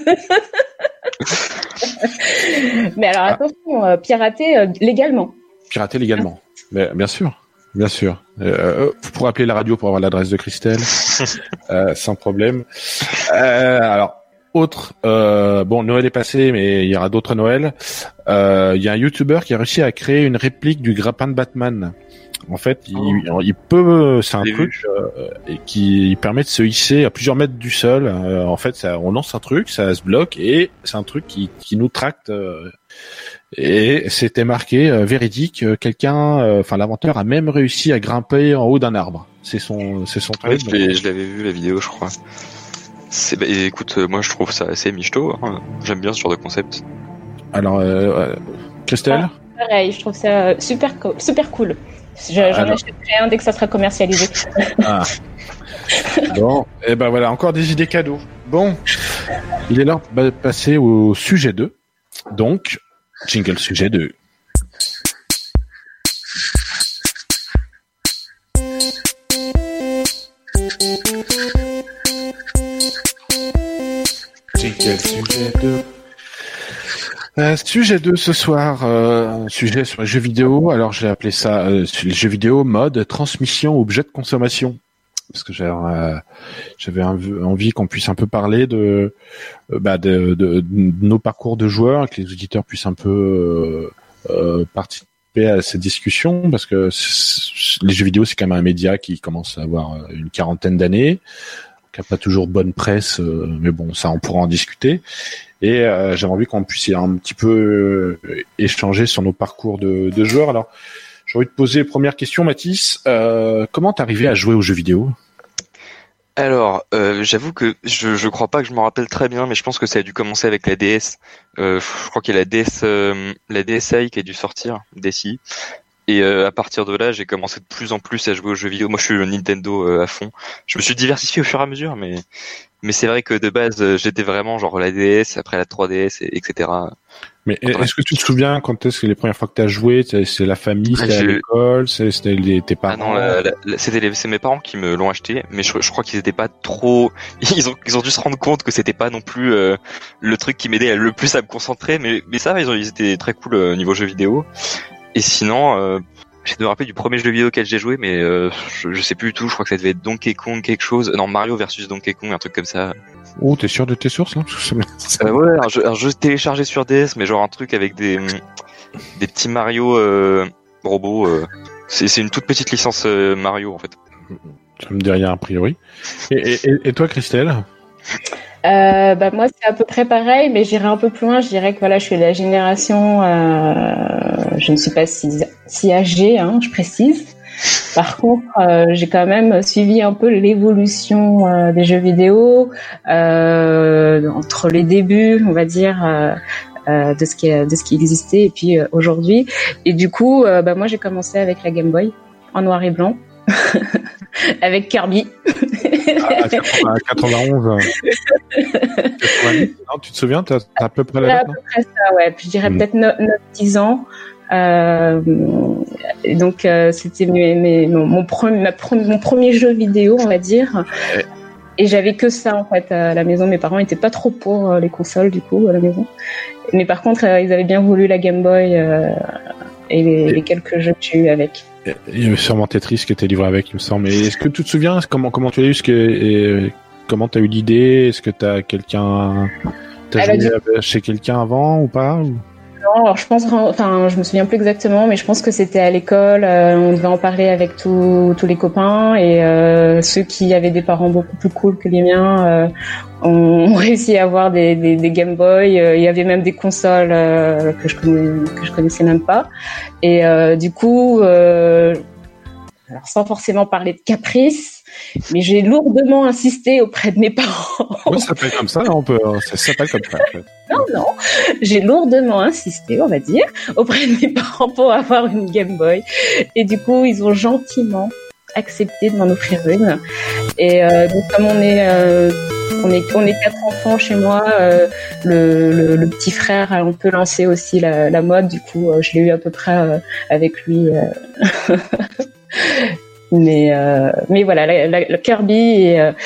Mais alors, attention, euh, pirater euh, légalement.
Piraté légalement. Mais, bien sûr, bien sûr. Euh, vous pourrez appeler la radio pour avoir l'adresse de Christelle, euh, sans problème. Euh, alors, autre, euh, bon, Noël est passé, mais il y aura d'autres Noëls. Euh, Il y a un YouTuber qui a réussi à créer une réplique du grappin de Batman. En fait, il, il peut, c'est un
J'ai
truc euh, et qui permet de se hisser à plusieurs mètres du sol. Euh, en fait, ça, on lance un truc, ça se bloque et c'est un truc qui, qui nous tracte. Euh, et c'était marqué euh, véridique. euh, Quelqu'un, euh, enfin l'inventeur a même réussi à grimper en haut d'un arbre. C'est son, c'est son
Ouais,
truc.
je l'ai- je l'avais vu la vidéo, je crois. C'est, bah, écoute, euh, moi je trouve ça assez Michto. Hein. J'aime bien ce genre de concept.
Alors, euh, euh, Christelle,
Pareil, je trouve ça euh, super, co- super cool. Je- J'en
Alors.
achèterai un dès que ça sera commercialisé.
ah. Bon, et ben voilà, encore des idées cadeaux. Bon, il est l'heure de passer au sujet deux. Donc, jingle sujet deux. Jingle sujet deux. Euh, sujet deux ce soir, euh, un sujet sur les jeux vidéo. Alors j'ai appelé ça euh, sur les jeux vidéo mode transmission objet de consommation. Parce que j'avais euh, j'avais un- envie qu'on puisse un peu parler de, euh, bah, de, de, de nos parcours de joueurs, que les auditeurs puissent un peu euh, euh, participer à cette discussion, parce que c'est- les jeux vidéo c'est quand même un média qui commence à avoir euh, une quarantaine d'années, qui a pas toujours bonne presse, euh, mais bon ça on pourra en discuter. Et euh, j'avais envie qu'on puisse un petit peu euh, échanger sur nos parcours de, de joueurs. Alors, j'ai envie de poser première question, Mathis. Euh, comment t'es arrivé à jouer aux jeux vidéo?
Alors, euh, j'avoue que je, je crois pas que je m'en rappelle très bien, mais je pense que ça a dû commencer avec la D S. Euh, je crois qu'il y a la D S, euh, la D S i qui a dû sortir, D S i. Et euh, à partir de là, j'ai commencé de plus en plus à jouer aux jeux vidéo. Moi, je suis Nintendo euh, à fond. Je me suis diversifié au fur et à mesure, mais mais c'est vrai que de base, euh, j'étais vraiment genre la D S, après la trois D S, et, etc.
Mais est-ce que tu te souviens quand est-ce que les premières fois que t'as joué, c'est c'est la famille,
Ah,
c'était à
j'ai-
l'école, c'est- c'était les- tes parents?
Ah non, la- la- la- c'était les- c'est mes parents qui me l'ont acheté, mais je, je crois qu'ils étaient pas trop. Ils ont ils ont dû se rendre compte que c'était pas non plus euh, le truc qui m'aidait le plus à me concentrer, mais mais ça, ils ont ils étaient très cool euh, niveau jeux vidéo. Et sinon, euh, j'essaie de me rappeler du premier jeu vidéo auquel j'ai joué, mais euh, je, je sais plus du tout. Je crois que ça devait être Donkey Kong quelque chose. Non, Mario versus Donkey Kong, un truc comme ça.
Oh, t'es sûr de tes sources là? Parce que ça me-
Euh, ouais, un jeu, un jeu téléchargé sur D S, mais genre un truc avec des des petits Mario euh, robots. euh. C'est c'est une toute petite licence euh, Mario en fait.
Ça me dit rien a priori. Et, et, et toi, Christelle?
Euh, bah moi c'est à peu près pareil, mais j'irai un peu plus loin. Je dirais que voilà, je suis de la génération, euh, je ne suis pas si, si âgée, hein, je précise. Par contre, euh, j'ai quand même suivi un peu l'évolution euh, des jeux vidéo euh, entre les débuts, on va dire, euh, euh, de ce qui de ce qui existait et puis euh, aujourd'hui. Et du coup, euh, bah moi j'ai commencé avec la Game Boy en noir et blanc. Avec Kirby.
À quatre-vingt-onze. quatre-vingt-dix, non, tu te souviens, t'as, t'as à peu près la date,
non ? À peu près ça, ouais. Je dirais mmh. peut-être neuf dix ans. Euh, et donc euh, c'était mes, mes, mon, mon, premier, ma pre- mon premier jeu vidéo, on va dire. Ouais. Et j'avais que ça en fait à la maison. Mes parents étaient pas trop pour euh, les consoles du coup à la maison. Mais par contre, euh, ils avaient bien voulu la Game Boy euh, et les, et... les quelques jeux que j'ai eu avec.
Il y avait sûrement Tetris qui était livré avec, il me semble. Mais est-ce que tu te souviens comment comment tu l'as eu, ce que et, comment t'as eu l'idée? Est-ce que t'as quelqu'un, t'as joué dit... chez quelqu'un avant ou pas ou...
Non, alors je pense, enfin, je me souviens plus exactement, mais je pense que c'était à l'école. Euh, on devait en parler avec tous tous les copains et euh, ceux qui avaient des parents beaucoup plus cool que les miens euh, ont réussi à avoir des des, des Game Boy. Euh, il y avait même des consoles euh, que je connais, que je connaissais même pas. Et euh, du coup, euh, alors sans forcément parler de caprice, mais j'ai lourdement insisté auprès de mes parents.
Oui, ça s'appelle comme ça, on peut, ça s'appelle comme ça. En fait.
Non, non, j'ai lourdement insisté, on va dire, auprès de mes parents pour avoir une Game Boy. Et du coup, ils ont gentiment accepté de m'en offrir une. Et euh, donc, comme on est, euh, on est, on est quatre enfants chez moi, euh, le, le, le petit frère a un peu lancé aussi la, la mode. Du coup, euh, je l'ai eu à peu près euh, avec lui. Euh... Mais euh, mais voilà, la, la, le Kirby et, euh,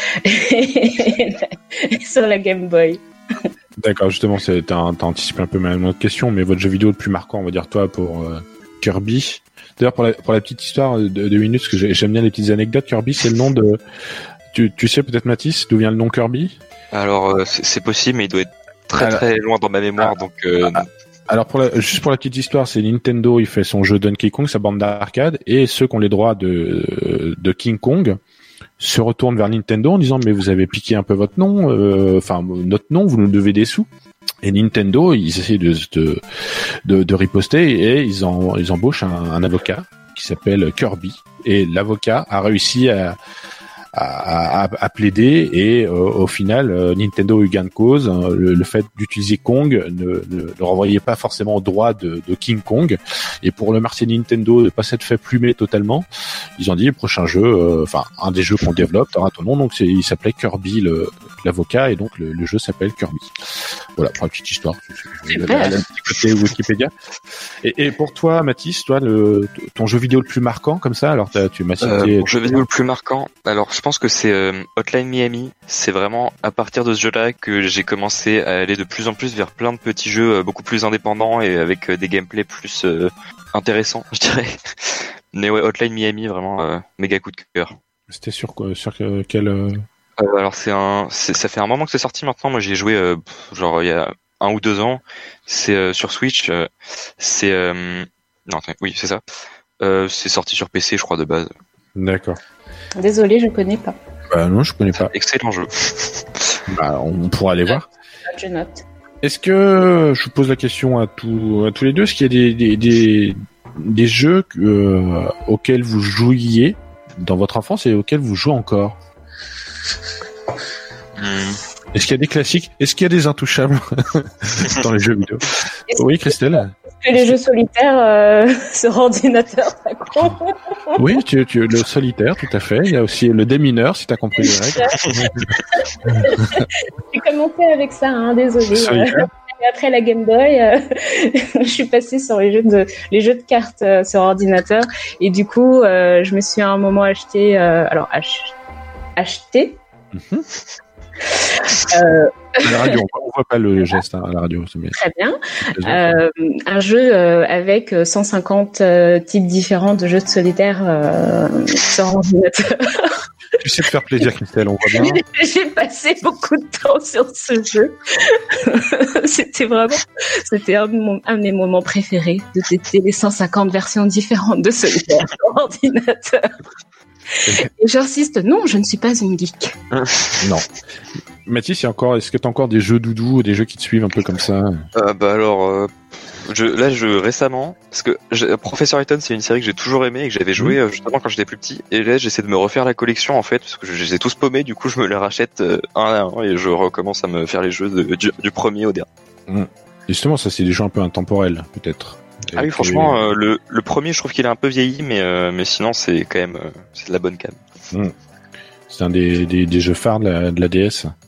et sur la Game Boy.
D'accord, justement, c'est, t'as, t'as anticipé un peu ma autre question, mais votre jeu vidéo le plus marquant, on va dire toi, pour euh, Kirby. D'ailleurs, pour la, pour la petite histoire de deux minutes, parce que j'aime bien les petites anecdotes, Kirby, c'est le nom de... Tu, tu sais peut-être, Mathis, d'où vient le nom Kirby?
Alors, euh, c'est, c'est possible, mais il doit être très Alors, très loin dans ma mémoire, ah, donc... Euh...
Ah, Alors pour la, juste pour la petite histoire, c'est Nintendo, il fait son jeu Donkey Kong, sa bande d'arcade, et ceux qui ont les droits de, de King Kong se retournent vers Nintendo en disant mais vous avez piqué un peu votre nom, euh, enfin notre nom, vous nous devez des sous. Et Nintendo, ils essaient de de, de, de riposter et ils en, ils embauchent un, un avocat qui s'appelle Kirby, et l'avocat a réussi à À, à, à plaider et euh, au final euh, Nintendo a eu gain de cause. Le, le fait d'utiliser Kong ne, ne, ne renvoyait pas forcément au droit de, de King Kong, et pour le remercier Nintendo de pas s'être fait plumer totalement, ils ont dit le prochain jeu, enfin euh, un des jeux qu'on développe t'auras ton nom, donc c'est, il s'appelait Kirby le, l'avocat, et donc le, le jeu s'appelle Kirby. Voilà pour la petite histoire. C'est la, la, la côté Wikipédia. Et, et pour toi, Mathis, toi le ton jeu vidéo le plus marquant comme ça, alors tu m'as cité.
Euh, mon jeu vidéo le plus marquant, alors je pense que c'est euh, Hotline Miami. C'est vraiment à partir de ce jeu-là que j'ai commencé à aller de plus en plus vers plein de petits jeux euh, beaucoup plus indépendants et avec euh, des gameplays plus euh, intéressants, je dirais. Mais ouais, Hotline Miami, vraiment euh, méga coup de cœur.
C'était sur quoi, sur quel euh...
euh, Alors c'est un, c'est, ça fait un moment que c'est sorti maintenant. Moi j'y ai joué euh, genre il y a un ou deux ans. C'est euh, sur Switch. Euh, c'est euh... non, attends, oui c'est ça. Euh, c'est sorti sur P C, je crois de base.
D'accord.
Désolée, je connais pas.
Bah non, je connais pas.
Excellent jeu.
Bah, on pourra aller voir.
Je note.
Est-ce que, je vous pose la question à tous, à tous les deux, est-ce qu'il y a des, des, des, des jeux euh, auxquels vous jouiez dans votre enfance et auxquels vous jouez encore? hmm. Est-ce qu'il y a des classiques? Est-ce qu'il y a des intouchables dans les jeux vidéo? Oui, Christelle?
Est-ce que les jeux solitaires euh, sur ordinateur, ça compte?
Oui, tu, tu, le solitaire, tout à fait. Il y a aussi le démineur, si tu as compris les règles.
J'ai commencé avec ça, hein, désolé. Euh, après la Game Boy, euh, je suis passée sur les jeux de les jeux de cartes euh, sur ordinateur, et du coup, euh, je me suis à un moment acheté, euh, alors ach- acheté. Mm-hmm. Euh...
À la radio, on voit pas le geste hein, à la radio. Mais...
Très bien. Euh, un jeu euh, avec cent cinquante euh, types différents de jeux de solitaire euh, sur ordinateur.
Tu sais te faire plaisir, Christelle, on voit bien.
J'ai passé beaucoup de temps sur ce jeu. C'était vraiment, c'était un de, mon, un de mes moments préférés, de tester les cent cinquante versions différentes de solitaire sur ordinateur. Et j'insiste, non, je ne suis pas une geek.
Non. Mathis, il y a encore, est-ce que t'as encore des jeux doudous ou des jeux qui te suivent un peu comme ça?
Euh, bah alors, euh, je, là, je récemment, parce que je, Professor Layton, c'est une série que j'ai toujours aimée et que j'avais joué mmh. justement quand j'étais plus petit. Et là, j'essaie de me refaire la collection en fait, parce que je, je les ai tous paumés. Du coup, je me les rachète euh, un à un et je recommence à me faire les jeux de, du, du premier au dernier.
Mmh. Justement, ça, c'est des jeux un peu intemporels, peut-être.
Ah oui, franchement, euh, le, le premier, je trouve qu'il est un peu vieilli, mais euh, mais sinon, c'est quand même, euh, c'est de la bonne cam.
Mmh. C'est un des, des, des jeux phares de la, de la D S. Mmh.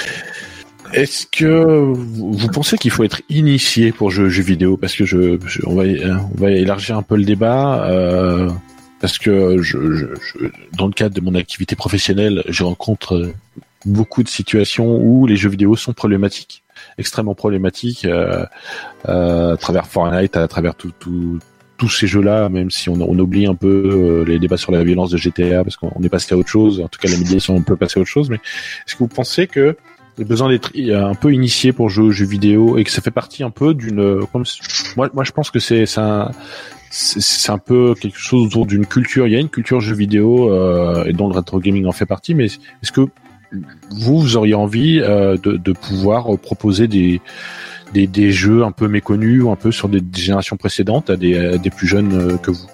Est-ce que vous, vous pensez qu'il faut être initié pour jouer aux jeux vidéo? Parce que je, je on va on va élargir un peu le débat. Euh, parce que je, je, je, dans le cadre de mon activité professionnelle, je rencontre beaucoup de situations où les jeux vidéo sont problématiques, extrêmement problématiques, euh, euh, à travers Fortnite, à travers tout, tout, tous ces jeux-là, même si on, on oublie un peu euh, les débats sur la violence de G T A, parce qu'on est passé à autre chose. En tout cas, la médiation, on peut passer à autre chose. Mais est-ce que vous pensez que il y a besoin d'être un peu initié pour jouer aux jeux vidéo et que ça fait partie un peu d'une, comme moi, moi, je pense que c'est, c'est un, c'est, c'est un peu quelque chose autour d'une culture. Il y a une culture jeux vidéo euh, et dont le rétro gaming en fait partie. Mais est-ce que vous, vous auriez envie euh, de, de pouvoir proposer des, des, des jeux un peu méconnus ou un peu sur des, des générations précédentes à des, à des plus jeunes euh, que vous?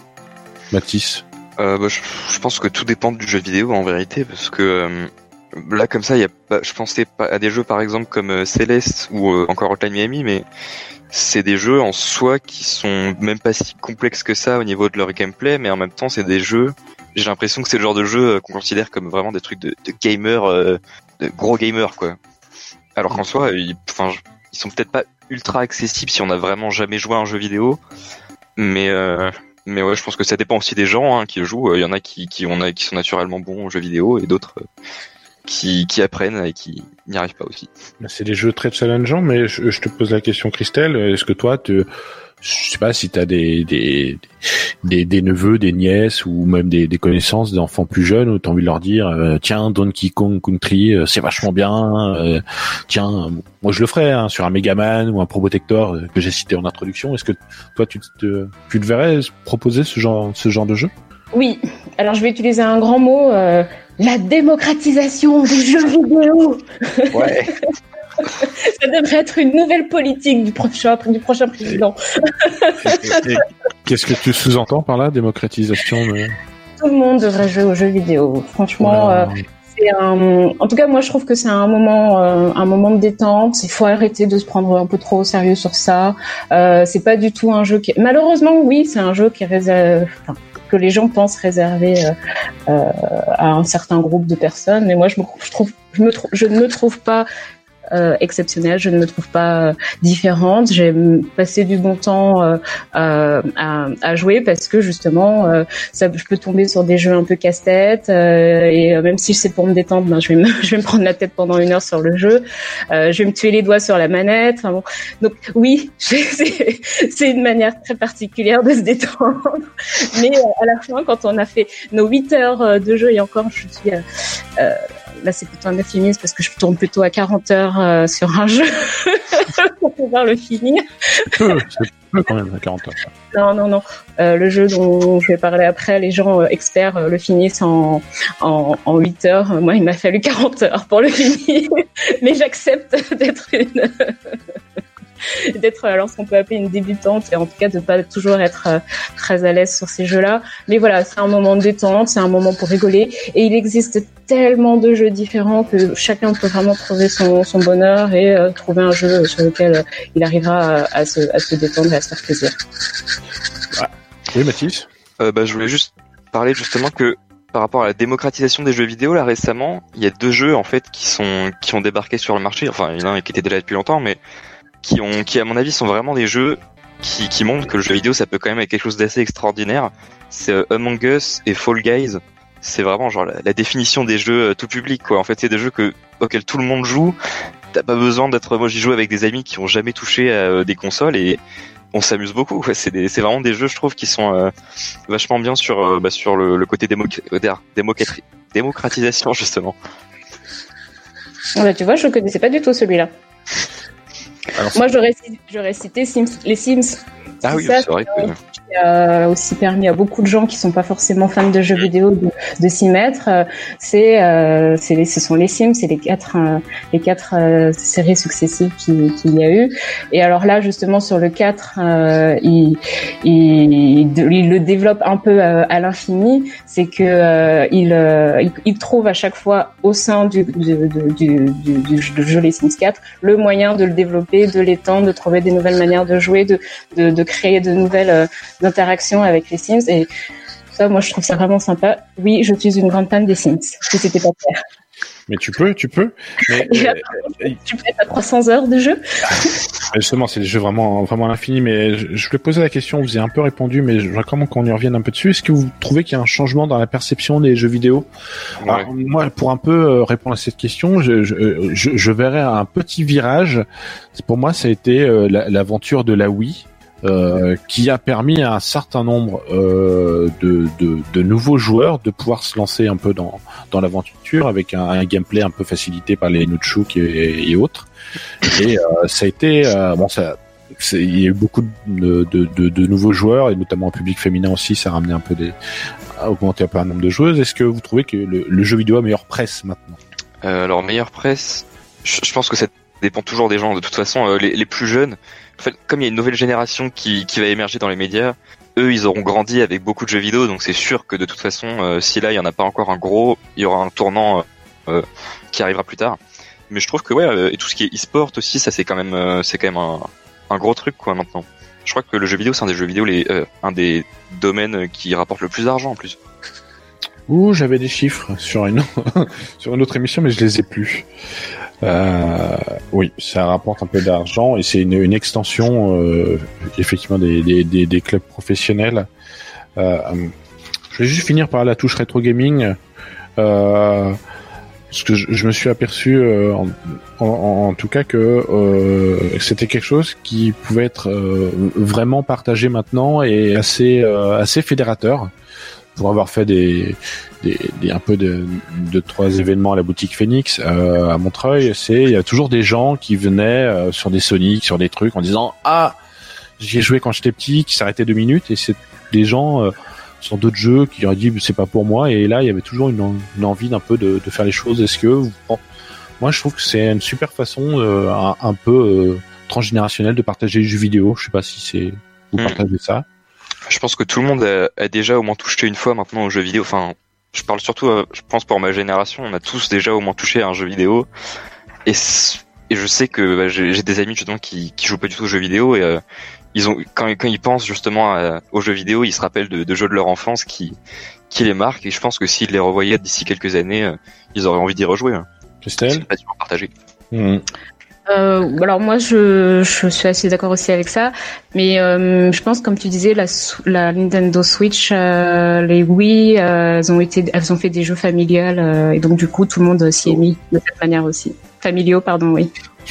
Mathis?
Euh, bah, je, je pense que tout dépend du jeu vidéo en vérité, parce que euh, là comme ça, il y a pas, je pensais pas à des jeux par exemple comme euh, Celeste ou euh, encore Hotline Miami, mais c'est des jeux en soi qui sont même pas si complexes que ça au niveau de leur gameplay, mais en même temps c'est des jeux, j'ai l'impression que c'est le genre de jeu euh, qu'on considère comme vraiment des trucs de, de gamers, euh, de gros gamers quoi. Alors qu'en soi, ils, enfin, ils sont peut-être pas ultra accessibles si on n'a vraiment jamais joué à un jeu vidéo, mais euh, mais ouais, je pense que ça dépend aussi des gens hein, qui jouent. Il y en a qui qui on a qui sont naturellement bons aux jeux vidéo et d'autres euh, qui qui apprennent et qui n'y arrivent pas aussi.
C'est des jeux très challengeants, mais je, je te pose la question, Christelle, est-ce que toi, tu, je sais pas si t'as des des des des neveux, des nièces ou même des des connaissances d'enfants plus jeunes où t'as envie de leur dire euh, tiens Donkey Kong Country euh, c'est vachement bien, euh, tiens moi je le ferais hein, sur un Megaman ou un Probotector euh, que j'ai cité en introduction. Est-ce que toi tu te tu te verrais proposer ce genre ce genre de jeu?
Oui, alors je vais utiliser un grand mot, euh, la démocratisation des jeux vidéo.
Ouais.
Ça devrait être une nouvelle politique du prochain, du prochain président.
Et, et, et, qu'est-ce que tu sous-entends par là, démocratisation de...
Tout le monde devrait jouer aux jeux vidéo. Franchement, euh, c'est un... en tout cas, moi, je trouve que c'est un moment, euh, un moment de détente. Il faut arrêter de se prendre un peu trop au sérieux sur ça. Euh, c'est pas du tout un jeu qui... Malheureusement, oui, c'est un jeu qui est réservé... Enfin, que les gens pensent réservé euh, euh, à un certain groupe de personnes. Mais moi, je me, je trouve, je me, je ne me trouve pas Euh, exceptionnelle, je ne me trouve pas euh, différente. J'ai passé du bon temps euh, à, à, à jouer parce que justement, euh, ça, je peux tomber sur des jeux un peu casse-tête euh, et euh, même si c'est pour me détendre, ben, je vais me, je vais me prendre la tête pendant une heure sur le jeu. Euh, je vais me tuer les doigts sur la manette. Enfin, bon. Donc oui, c'est, c'est une manière très particulière de se détendre. Mais euh, à la fin, quand on a fait nos huit heures de jeu et encore, je suis euh, euh, là, c'est plutôt un euphémisme parce que je tourne plutôt à quarante heures euh, sur un jeu pour pouvoir le finir.
C'est peu, c'est peu quand même à quarante heures.
Non, non, non. Euh, le jeu dont je vais parler après, les gens euh, experts euh, le finissent en, en, en huit heures. Moi, il m'a fallu quarante heures pour le finir. Mais j'accepte d'être une... d'être alors ce qu'on peut appeler une débutante et en tout cas de pas toujours être euh, très à l'aise sur ces jeux-là. Mais voilà, c'est un moment de détente, c'est un moment pour rigoler et il existe tellement de jeux différents que chacun peut vraiment trouver son, son bonheur et euh, trouver un jeu sur lequel euh, il arrivera à, à, se, à se détendre et à se faire plaisir.
Ouais. Oui, Mathis.
Euh, bah, je voulais juste parler justement que par rapport à la démocratisation des jeux vidéo, là récemment, il y a deux jeux en fait qui sont qui ont débarqué sur le marché. Enfin, il y en a un qui était déjà depuis longtemps, mais qui ont, qui à mon avis sont vraiment des jeux qui, qui montrent que le jeu vidéo ça peut quand même être quelque chose d'assez extraordinaire. C'est euh, Among Us et Fall Guys. C'est vraiment genre la, la définition des jeux euh, tout public quoi. En fait, c'est des jeux que auxquels tout le monde joue. T'as pas besoin d'être. Moi, j'y joue avec des amis qui ont jamais touché à euh, des consoles et on s'amuse beaucoup. Quoi. C'est, des, c'est vraiment des jeux, je trouve, qui sont euh, vachement bien sur euh, bah, sur le, le côté démoc- démocrati- démocratisation justement.
Ouais, tu vois, je connaissais pas du tout celui-là. Alors, moi, j'aurais, j'aurais cité Sims, les Sims.
Ah oui, ça, c'est vrai que...
euh, aussi permis à beaucoup de gens qui sont pas forcément fans de jeux vidéo de, de s'y mettre. Euh, c'est, euh, c'est les, ce sont les Sims, c'est les quatre, euh, les quatre euh, séries successives qu'il, qu'il y a eu. Et alors là, justement, sur le quatre, euh, il, il, il le développe un peu euh, à l'infini. C'est que euh, il, euh, il, il trouve à chaque fois au sein du, du, du, du, du jeu Les Sims quatre le moyen de le développer, de l'étendre, de trouver des nouvelles manières de jouer, de, de, de créer de nouvelles euh, interactions avec les Sims. Et ça, moi, je trouve ça vraiment sympa. Oui, je suis une grande fan des Sims, si c'était pas clair.
Mais tu peux, tu peux. Mais,
et après, euh, tu peux être à trois cents heures de jeu.
Justement, c'est des jeux vraiment, vraiment à l'infini. Mais je, je voulais poser la question, vous avez un peu répondu, mais je voudrais quand même qu'on y revienne un peu dessus. Est-ce que vous trouvez qu'il y a un changement dans la perception des jeux vidéo ? Ouais. Alors, moi, pour un peu répondre à cette question, je, je, je, je verrais un petit virage. Pour moi, ça a été euh, la, l'aventure de la Wii. Euh, qui a permis à un certain nombre euh, de, de, de nouveaux joueurs de pouvoir se lancer un peu dans, dans l'aventure avec un, un gameplay un peu facilité par les nunchuks et, et autres. Et euh, ça a été euh, bon, ça, c'est, il y a eu beaucoup de, de, de, de nouveaux joueurs et notamment au public féminin aussi, ça a ramené un peu des, a augmenté un peu un nombre de joueuses. Est-ce que vous trouvez que le, le jeu vidéo a meilleure presse maintenant ?
euh, Alors meilleure presse, je, je pense que ça dépend toujours des gens. De toute façon, euh, les, les plus jeunes. En fait, comme il y a une nouvelle génération qui, qui va émerger dans les médias, eux, ils auront grandi avec beaucoup de jeux vidéo, donc c'est sûr que de toute façon, euh, si là, il y en a pas encore un gros, il y aura un tournant euh, qui arrivera plus tard. Mais je trouve que ouais, euh, et tout ce qui est e-sport aussi, ça c'est quand même, euh, c'est quand même un, un gros truc quoi maintenant. Je crois que le jeu vidéo, c'est un des jeux vidéo, les, euh, un des domaines qui rapporte le plus d'argent en plus.
Ouh, j'avais des chiffres sur une sur une autre émission, mais je les ai plus. Euh, oui, ça rapporte un peu d'argent et c'est une, une extension euh, effectivement des, des, des, des clubs professionnels. Euh, je vais juste finir par la touche rétro gaming. Euh, parce que je, je me suis aperçu euh, en, en, en tout cas que euh, c'était quelque chose qui pouvait être euh, vraiment partagé maintenant et assez euh, assez fédérateur. Pour avoir fait des, des, des un peu de, de trois événements à la boutique Phoenix euh, à Montreuil, c'est il y a toujours des gens qui venaient euh, sur des Sonic, sur des trucs en disant ah j'y ai joué quand j'étais petit, qui s'arrêtaient deux minutes et c'est des gens euh, sur d'autres jeux qui auraient dit c'est pas pour moi et là il y avait toujours une, une envie d'un peu de, de faire les choses. Est-ce que bon, moi je trouve que c'est une super façon euh, un, un peu euh, transgénérationnelle de partager les jeux vidéo. Je sais pas si c'est vous mmh. partagez ça.
Je pense que tout le monde a, a déjà au moins touché une fois maintenant aux jeux vidéo. Enfin, je parle surtout, euh, je pense pour ma génération, on a tous déjà au moins touché à un jeu vidéo. Et, et je sais que bah, j'ai, j'ai des amis justement qui, qui jouent pas du tout aux jeux vidéo et euh, ils ont quand, quand ils pensent justement à, aux jeux vidéo, ils se rappellent de, de jeux de leur enfance qui, qui les marquent. Et je pense que s'ils les revoyaient d'ici quelques années, euh, ils auraient envie d'y rejouer. Hein.
Christelle,
c'est pas du tout partagé.
Mmh.
Euh, alors moi je, je suis assez d'accord aussi avec ça, mais euh, je pense comme tu disais la, la Nintendo Switch, euh, les Wii, euh, elles ont été, elles ont fait des jeux familiales euh, et donc du coup tout le monde s'y est mis de cette manière aussi. Familiaux, pardon, oui.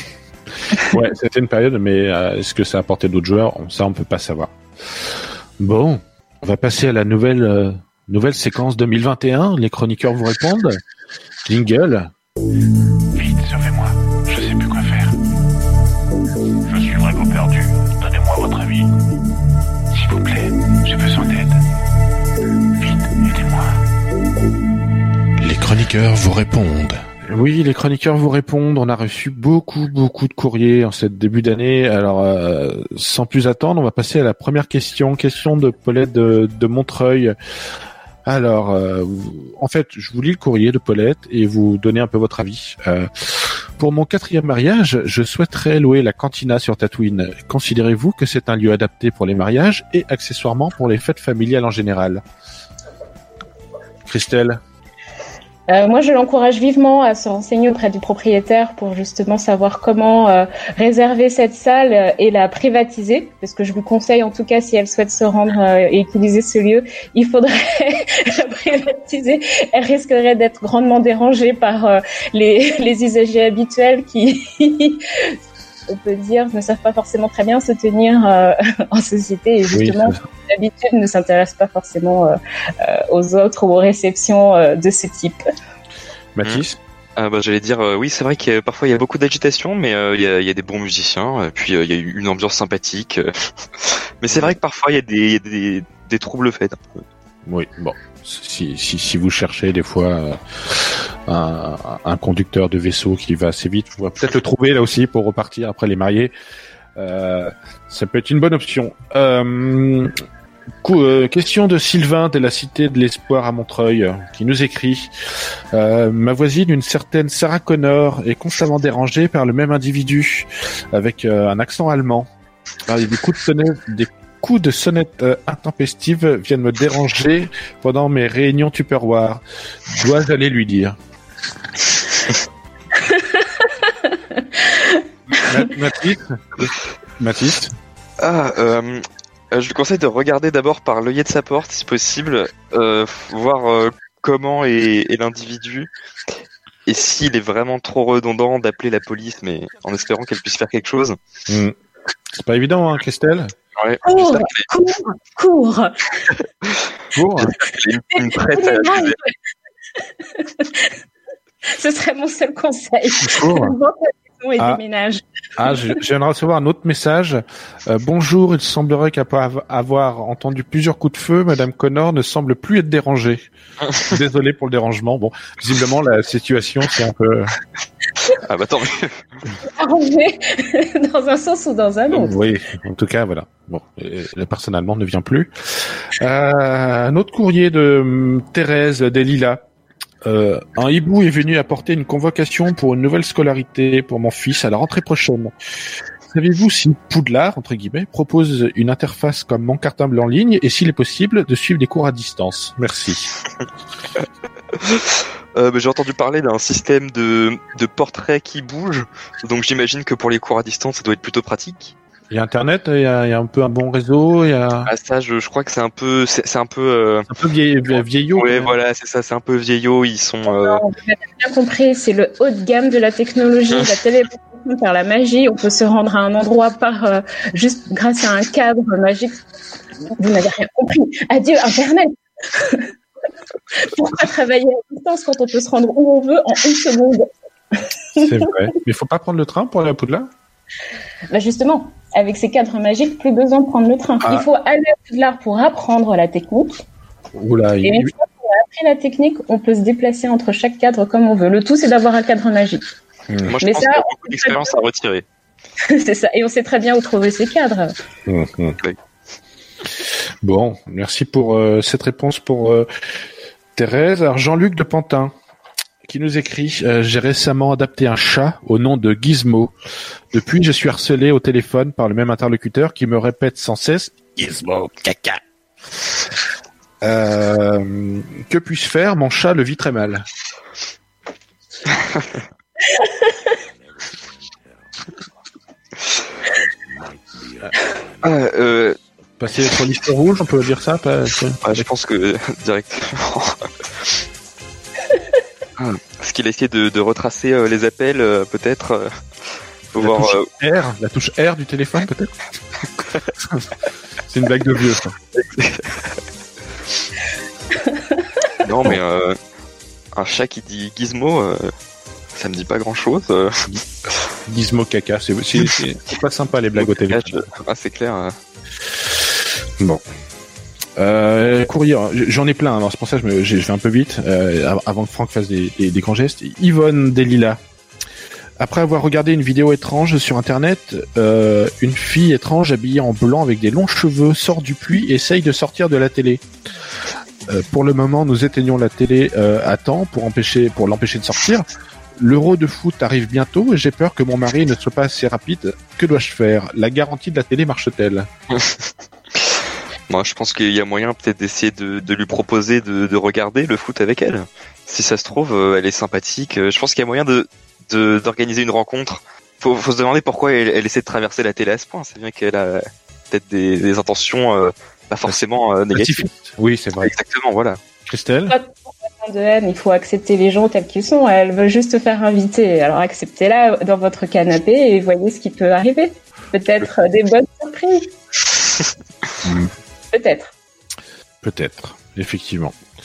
Ouais, c'était une période, mais euh, est-ce que ça a apporté d'autres joueurs ? Ça on peut pas savoir. Bon, on va passer à la nouvelle euh, nouvelle séquence deux mille vingt et un. Les chroniqueurs vous répondent. Jingle.
Vite, sauvez-moi. Je sais plus quoi faire. Je suis vraiment perdu. Donnez-moi votre avis. S'il vous plaît, j'ai besoin d'aide. Vite, aidez-moi.
Les chroniqueurs vous répondent.
Oui, les chroniqueurs vous répondent. On a reçu beaucoup, beaucoup de courriers en cette début d'année. Alors, euh, sans plus attendre, on va passer à la première question. Question de Paulette de, de Montreuil. Alors, euh, en fait, je vous lis le courrier de Paulette et vous donnez un peu votre avis. Euh, pour mon quatrième mariage, je souhaiterais louer la cantina sur Tatooine. Considérez-vous que c'est un lieu adapté pour les mariages et accessoirement pour les fêtes familiales en général ? Christelle ?
Euh, moi, je l'encourage vivement à se renseigner auprès du propriétaire pour justement savoir comment euh, réserver cette salle et la privatiser, parce que je vous conseille, en tout cas, si elle souhaite se rendre euh, et utiliser ce lieu, il faudrait la privatiser. Elle risquerait d'être grandement dérangée par euh, les, les usagers habituels qui, on peut dire, ne savent pas forcément très bien se tenir euh, en société et justement, oui, d'habitude, ne s'intéressent pas forcément euh, euh, aux autres ou aux réceptions euh, de ce type.
Mathis ?
Mmh. Ah bah, j'allais dire, euh, oui, c'est vrai que parfois il y a beaucoup d'agitation, mais il euh, y, a, y a des bons musiciens, euh, puis il euh, y a une ambiance sympathique. Euh, Mais c'est vrai que parfois il y a des, il y a des, des troubles faits.
Oui, bon. Si, si, si vous cherchez des fois euh, un, un conducteur de vaisseau qui va assez vite, vous pouvez peut-être le trouver là aussi pour repartir après les mariés. Euh, ça peut être une bonne option. Euh, coup, euh, question de Sylvain de la Cité de l'Espoir à Montreuil, euh, qui nous écrit euh, ma voisine, une certaine Sarah Connor, est constamment dérangée par le même individu avec euh, un accent allemand. Alors, il y a des coups de sonnette, des coups de sonnette euh, intempestives viennent me déranger pendant mes réunions Tupperware. Dois-je aller lui dire? Mathis, Mathis.
Ah, euh, je lui conseille de regarder d'abord par l'œillet de sa porte, si possible, euh, voir euh, comment est, est l'individu, et s'il est vraiment trop redondant, d'appeler la police, mais en espérant qu'elle puisse faire quelque chose.
Mmh. C'est pas évident, hein, Christelle?
Ouais,
cours, cours, cours.
Cours.
Une, une prête à accuser.
Ce serait mon seul conseil.
Cours.
Et
ah,
déménage.
ah je, je viens de recevoir un autre message. Euh, bonjour, il semblerait qu'après avoir entendu plusieurs coups de feu, Madame Connor ne semble plus être dérangée. Désolé pour le dérangement. Bon, visiblement la situation c'est un peu.
Ah bah tant mieux.
Arrangé dans un sens ou dans un autre.
Oui, en tout cas voilà. Bon, la personne allemande ne vient plus. Euh, un autre courrier de um, Thérèse des Lilas. Euh, un hibou est venu apporter une convocation pour une nouvelle scolarité pour mon fils à la rentrée prochaine. Savez-vous si Poudlard, entre guillemets, propose une interface comme mon cartable en ligne et s'il est possible de suivre des cours à distance? Merci.
euh, bah, j'ai entendu parler d'un système de, de portraits qui bouge, donc j'imagine que pour les cours à distance ça doit être plutôt pratique.
Il y a Internet, il y a, il y a un peu un bon réseau, il y a.
Ah ça, je, je crois que c'est un peu, c'est, c'est un peu. Euh...
Un peu vieil, vieillot.
Ouais, voilà, c'est ça, c'est un peu vieillot. Ils sont. Euh...
Non, vous avez bien compris, c'est le haut de gamme de la technologie, la téléportation par la magie. On peut se rendre à un endroit par euh, juste grâce à un cadre magique. Vous n'avez rien compris. Adieu Internet. Pourquoi travailler à distance quand on peut se rendre où on veut en une seconde?
C'est vrai. Mais il faut pas prendre le train pour aller à Poudlard?
Bah justement, avec ces cadres magiques, plus besoin de prendre le train. Ah. Il faut aller à Poudlard pour apprendre la technique.
Oula,
et
il...
une fois qu'on a appris la technique, on peut se déplacer entre chaque cadre comme on veut. Le tout, c'est d'avoir un cadre magique.
Mmh. Moi, je Mais pense ça, qu'il y a beaucoup d'expérience à retirer.
C'est ça. Et on sait très bien où trouver ces cadres.
Mmh. Oui. Bon, merci pour euh, cette réponse pour euh, Thérèse. Alors, Jean-Luc de Pantin, qui nous écrit euh, « J'ai récemment adapté un chat au nom de Gizmo. Depuis, je suis harcelé au téléphone par le même interlocuteur qui me répète sans cesse « Gizmo, caca ». Euh, que puis-je faire? Mon chat le vit très mal.
ah, euh...
Passer sur liste rouge, on peut dire ça pas...
ah, Je pense que directement... Ah, est-ce qu'il a essayé de, de retracer euh, les appels, euh, peut-être euh, faut
la,
voir,
touche
euh...
R, la touche R du téléphone, peut-être. C'est une blague de vieux, ça.
Non, mais euh, un chat qui dit Gizmo, euh, ça me dit pas grand-chose. Euh...
Gizmo caca, c'est, c'est, c'est, c'est pas sympa les blagues au téléphone.
Ah, c'est clair. Hein.
Bon. Euh, courrier, j'en ai plein, alors c'est pour ça que je, me, je vais un peu vite, euh, avant que Franck fasse des, des, des grands gestes. Yvonne des Lilas. Après avoir regardé une vidéo étrange sur internet, euh, une fille étrange habillée en blanc avec des longs cheveux sort du puits et essaye de sortir de la télé. Euh, pour le moment, nous éteignons la télé euh, à temps pour empêcher, pour l'empêcher de sortir. L'Euro de foot arrive bientôt et j'ai peur que mon mari ne soit pas assez rapide. Que dois-je faire? La garantie de la télé marche-t-elle?
Moi, je pense qu'il y a moyen peut-être d'essayer de, de lui proposer de, de regarder le foot avec elle. Si ça se trouve, euh, elle est sympathique. Je pense qu'il y a moyen de, de d'organiser une rencontre. Faut, faut se demander pourquoi elle, elle essaie de traverser la télé à ce point. C'est bien qu'elle a peut-être des, des intentions euh, pas forcément euh, négatives.
Oui, c'est vrai.
Exactement, voilà.
Christelle?
Pas de haine, il faut accepter les gens tels qu'ils sont. Elle veut juste se faire inviter. Alors acceptez-la dans votre canapé et voyez ce qui peut arriver. Peut-être des bonnes surprises. Peut-être.
Peut-être, effectivement.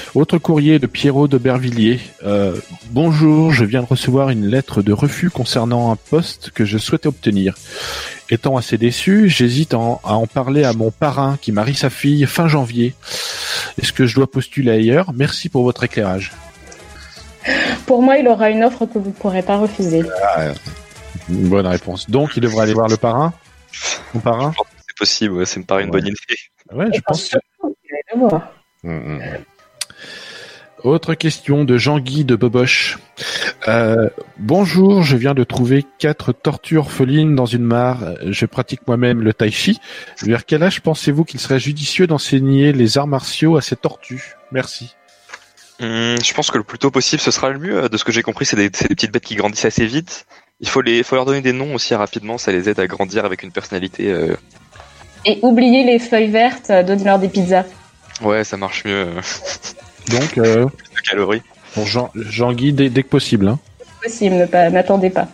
Autre courrier de Pierrot de Bervilliers. Euh, bonjour, je viens de recevoir une lettre de refus concernant un poste que je souhaitais obtenir. Étant assez déçu, j'hésite à en, à en parler à mon parrain qui marie sa fille fin janvier. Est-ce que je dois postuler ailleurs? Merci pour votre éclairage.
Pour moi, il aura une offre que vous ne pourrez pas refuser.
Ah, une bonne réponse. Donc, il devrait aller voir le parrain? Mon parrain?
Je pense que c'est possible, ouais, ça me paraît une
Ouais.
bonne idée.
Ouais, je pense. Que...
Le voir.
Mmh, mmh. Autre question de Jean-Guy de Boboche. Euh, bonjour, je viens de trouver quatre tortues orphelines dans une mare. Je pratique moi-même le tai chi. Vers quel âge pensez-vous qu'il serait judicieux d'enseigner les arts martiaux à ces tortues? Merci.
Hum, je pense que le plus tôt possible, ce sera le mieux. De ce que j'ai compris, c'est des, c'est des petites bêtes qui grandissent assez vite. Il faut les, faut leur donner des noms aussi rapidement. Ça les aide à grandir avec une personnalité. Euh...
Et oubliez les feuilles vertes, euh, donnez-leur des pizzas.
Ouais, ça marche mieux.
Donc, euh,
Plus de calories.
pour Jean, Jean-Guy, dès, dès que possible. Hein.
Possible, ne pas, n'attendez pas.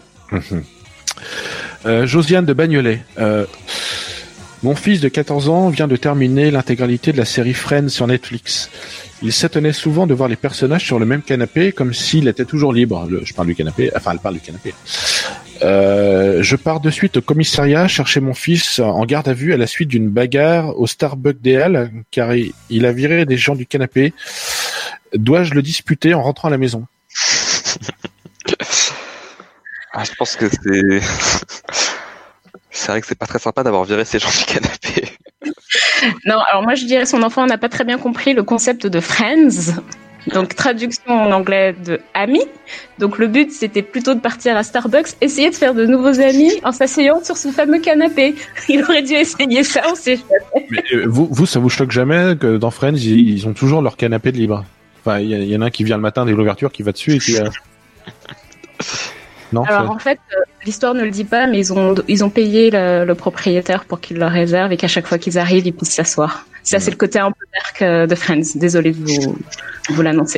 Euh, Josiane de Bagnolet. Euh, mon fils de quatorze ans vient de terminer l'intégralité de la série Friends sur Netflix. Il s'étonnait souvent de voir les personnages sur le même canapé, comme s'il était toujours libre. Le, je parle du canapé, enfin, elle parle du canapé. Euh, je pars de suite au commissariat chercher mon fils en garde à vue à la suite d'une bagarre au Starbucks D L, car il, il a viré des gens du canapé. Dois-je le disputer en rentrant à la maison?
Ah, je pense que c'est. C'est vrai que c'est pas très sympa d'avoir viré ces gens du canapé.
Non, alors moi je dirais son enfant n'a pas très bien compris le concept de Friends. Donc traduction en anglais de amis. Donc le but c'était plutôt de partir à Starbucks, essayer de faire de nouveaux amis en s'asseyant sur ce fameux canapé. Il aurait dû essayer ça, on sait jamais.
Mais euh, vous, vous, ça vous choque jamais que dans Friends, ils, ils ont toujours leur canapé de libre? Enfin, il y, y en a un qui vient le matin dès l'ouverture, qui va dessus et qui... Euh... Non,
Alors
ça...
en fait, euh, l'histoire ne le dit pas, mais ils ont ils ont payé le, le propriétaire pour qu'il leur réserve et qu'à chaque fois qu'ils arrivent, ils puissent s'asseoir. Ça, c'est le côté un peu dark euh, de Friends. Désolée de vous, vous l'annoncer.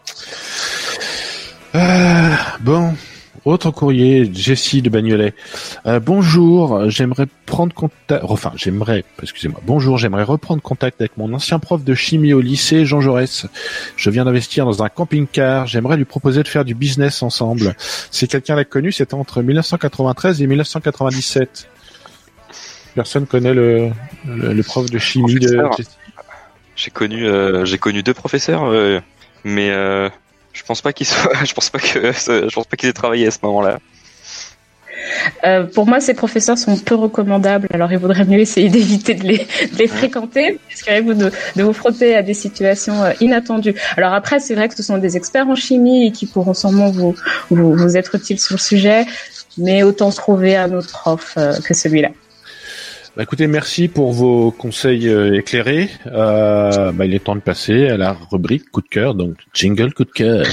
Euh, bon, autre courrier, Jessie de Bagnolet. Euh, bonjour, j'aimerais prendre contact... Enfin, j'aimerais... Excusez-moi. Bonjour, j'aimerais reprendre contact avec mon ancien prof de chimie au lycée, Jean Jaurès. Je viens d'investir dans un camping-car. J'aimerais lui proposer de faire du business ensemble. Si quelqu'un l'a connu, c'était entre dix-neuf cent quatre-vingt-treize et dix-neuf cent quatre-vingt-dix-sept. Personne connaît le, le, le prof de chimie de Jessie.
J'ai connu, euh, j'ai connu deux professeurs, euh, mais euh, je pense pas qu'ils soient, je pense pas que, je pense pas qu'ils aient travaillé à ce moment-là.
Euh, pour moi, ces professeurs sont peu recommandables, alors il vaudrait mieux essayer d'éviter de les, de les fréquenter, risquez-vous de, de vous frotter à des situations euh, inattendues. Alors après, c'est vrai que ce sont des experts en chimie et qui pourront sûrement vous, vous, vous être utiles sur le sujet, mais autant trouver un autre prof euh, que celui-là.
Bah écoutez, merci pour vos conseils euh, éclairés. Euh, bah, il est temps de passer à la rubrique coup de cœur, donc jingle coup de cœur.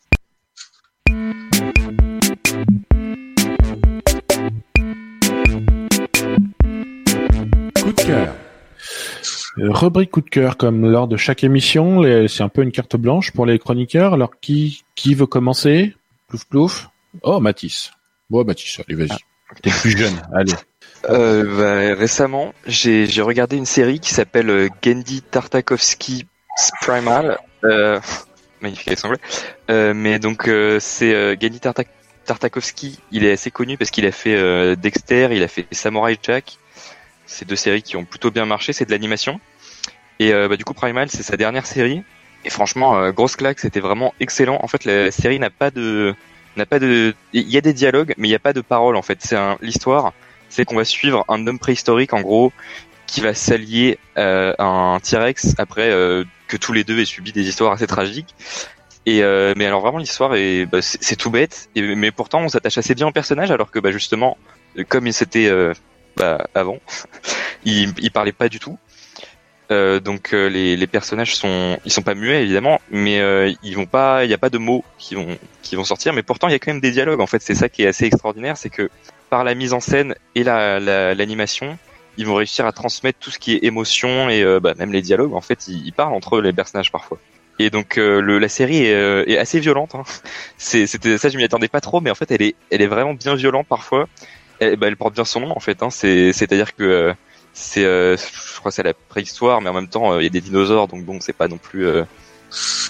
Coup de cœur. Euh, rubrique coup de cœur, comme lors de chaque émission, les, c'est un peu une carte blanche pour les chroniqueurs. Alors qui qui veut commencer? Plouf plouf. Oh Mathis. Bon Mathis, allez vas-y. Ah. T'es plus jeune, allez.
Euh, bah, récemment, j'ai, j'ai regardé une série qui s'appelle euh, Genndy Tartakovsky Primal. Euh, magnifique accent anglais. Euh, mais donc euh, c'est euh, Genndy Tartak- Tartakovsky. Il est assez connu parce qu'il a fait euh, Dexter, il a fait Samurai Jack. C'est deux séries qui ont plutôt bien marché. C'est de l'animation. Et euh, bah, du coup, Primal, c'est sa dernière série. Et franchement, euh, grosse claque. C'était vraiment excellent. En fait, la série n'a pas de, n'a pas de. Il y a des dialogues, mais il n'y a pas de paroles. En fait, c'est un... l'histoire. C'est qu'on va suivre un homme préhistorique, en gros, qui va s'allier euh, à un T-Rex après euh, que tous les deux aient subi des histoires assez tragiques. Et euh, mais alors vraiment l'histoire est, bah, c'est, c'est tout bête, et, mais pourtant on s'attache assez bien au personnage, alors que bah, justement, comme il s'était euh, bah, avant, il, il parlait pas du tout. Euh, donc euh, les, les personnages sont, ils sont pas muets évidemment, mais euh, ils vont pas, il y a pas de mots qui vont, qui vont sortir, mais pourtant il y a quand même des dialogues. En fait, c'est ça qui est assez extraordinaire, c'est que par la mise en scène et la, la, l'animation, ils vont réussir à transmettre tout ce qui est émotion et euh, bah, même les dialogues. En fait, ils, ils parlent entre eux, les personnages parfois. Et donc euh, le, la série est, euh, est assez violente. Hein. C'est, c'était ça, je m'y attendais pas trop, mais en fait, elle est, elle est vraiment bien violente parfois. Elle, bah, elle porte bien son nom en fait. Hein. C'est, c'est-à-dire que euh, c'est, euh, je crois, que c'est la préhistoire, mais en même temps, il euh, y a des dinosaures, donc bon, c'est pas non plus. Euh,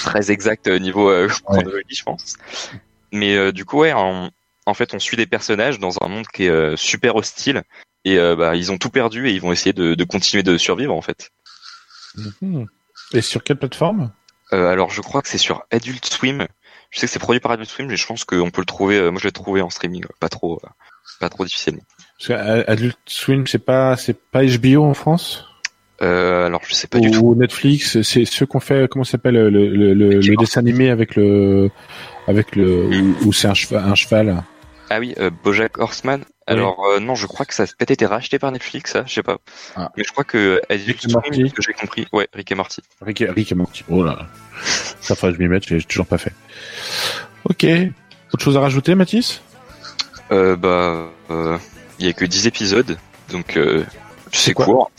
très exact niveau euh, chronologie, ouais. je pense. Mais euh, du coup, ouais, en, en fait, on suit des personnages dans un monde qui est euh, super hostile et euh, bah, ils ont tout perdu et ils vont essayer de, de continuer de survivre en fait.
Mmh. Et sur quelle plateforme ?
euh, Alors, je crois que c'est sur Adult Swim. Je sais que c'est produit par Adult Swim, mais je pense qu'on peut le trouver. Euh, moi, je l'ai trouvé en streaming, euh, pas trop, euh, pas trop difficilement.
Parce que Adult Swim, c'est pas, c'est pas H B O en France ?
Euh, alors je sais pas
ou,
du tout.
Ou Netflix, c'est ceux qu'on fait, comment ça s'appelle le, le, le, le dessin animé avec le, avec le, où, où c'est un cheval, un cheval.
Ah oui, euh, BoJack Horseman. Alors oui. euh, non, je crois que ça a peut-être été racheté par Netflix, ça, je sais pas. Ah. Mais je crois que Adult Swim, que j'ai compris, ouais, Rick et Morty.
Rick et, Rick et Morty. Oh là, ça faudrait que je m'y mette, j'ai toujours pas fait. Ok. Autre chose à rajouter, Mathis ?
Euh, bah, il euh, y a que dix épisodes, donc. Euh... C'est court.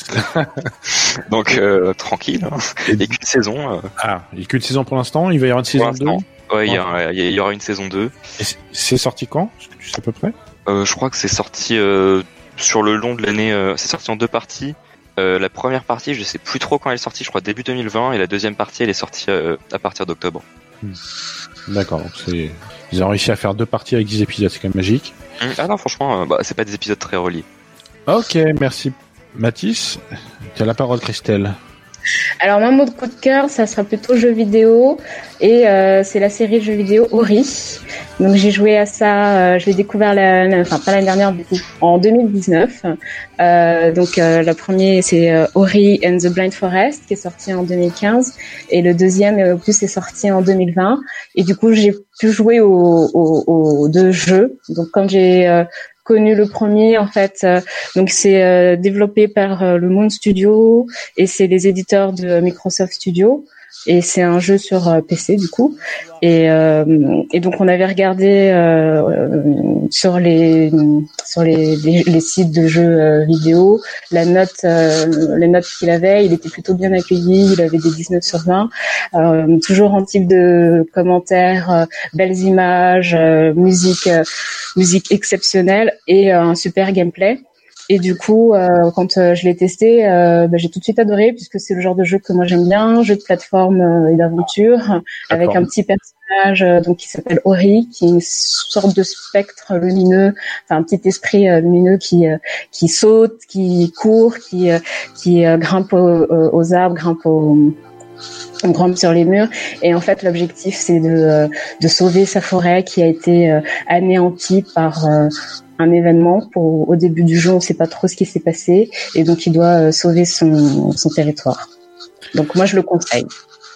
Donc, euh, tranquille. Hein. Et qu'une saison. Euh...
Ah, il n'y a qu'une saison pour l'instant. Il va y avoir une saison deux.
Ouais, il ouais. y, y aura une saison deux.
Et c'est sorti quand ? Est-ce que tu sais à peu près ?
euh, Je crois que c'est sorti euh, sur le long de l'année. Euh, c'est sorti en deux parties. Euh, la première partie, je sais plus trop quand elle est sortie. Je crois début deux mille vingt. Et la deuxième partie, elle est sortie euh, à partir d'octobre.
Hmm. D'accord. Donc c'est... Ils ont réussi à faire deux parties avec dix épisodes. C'est quand même magique.
Mmh. Ah non, franchement, euh, bah, c'est pas des épisodes très reliés.
Ok, merci Mathis. Tu as la parole, Christelle.
Alors, moi, mon coup de cœur, ça sera plutôt jeux vidéo. Et euh, c'est la série de jeux vidéo Ori. Donc, j'ai joué à ça. Euh, je l'ai découvert, la, la, enfin, pas l'année dernière, du coup, en deux mille dix-neuf. Euh, donc, euh, la première, c'est euh, Ori and the Blind Forest, qui est sorti en deux mille quinze. Et le deuxième, euh, plus, est sorti en deux mille vingt. Et du coup, j'ai pu jouer aux, aux, aux deux jeux. Donc, quand j'ai... Euh, connu le premier en fait euh, donc c'est euh, développé par euh, le Moon Studio et c'est les éditeurs de Microsoft Studio et c'est un jeu sur euh, P C du coup et euh, et donc on avait regardé euh, euh, sur les sur les, les les sites de jeux euh, vidéo la note euh, les notes qu'il avait, il était plutôt bien accueilli, il avait des dix-neuf sur vingt, euh, toujours en type de commentaires, euh, belles images, euh, musique euh, musique exceptionnelle et euh, un super gameplay. Et du coup, euh, quand euh, je l'ai testé, euh, bah, j'ai tout de suite adoré puisque c'est le genre de jeu que moi j'aime bien, jeu de plateforme euh, et d'aventure, D'accord. avec un petit personnage euh, donc qui s'appelle Ori, qui est une sorte de spectre lumineux, enfin un petit esprit euh, lumineux qui euh, qui saute, qui court, qui euh, qui euh, grimpe aux, aux arbres, grimpe aux on grimpe sur les murs et en fait l'objectif c'est de euh, de sauver sa forêt qui a été euh, anéantie par euh, un événement. Pour, au début du jeu on sait pas trop ce qui s'est passé et donc il doit euh, sauver son son territoire. Donc moi je le conseille.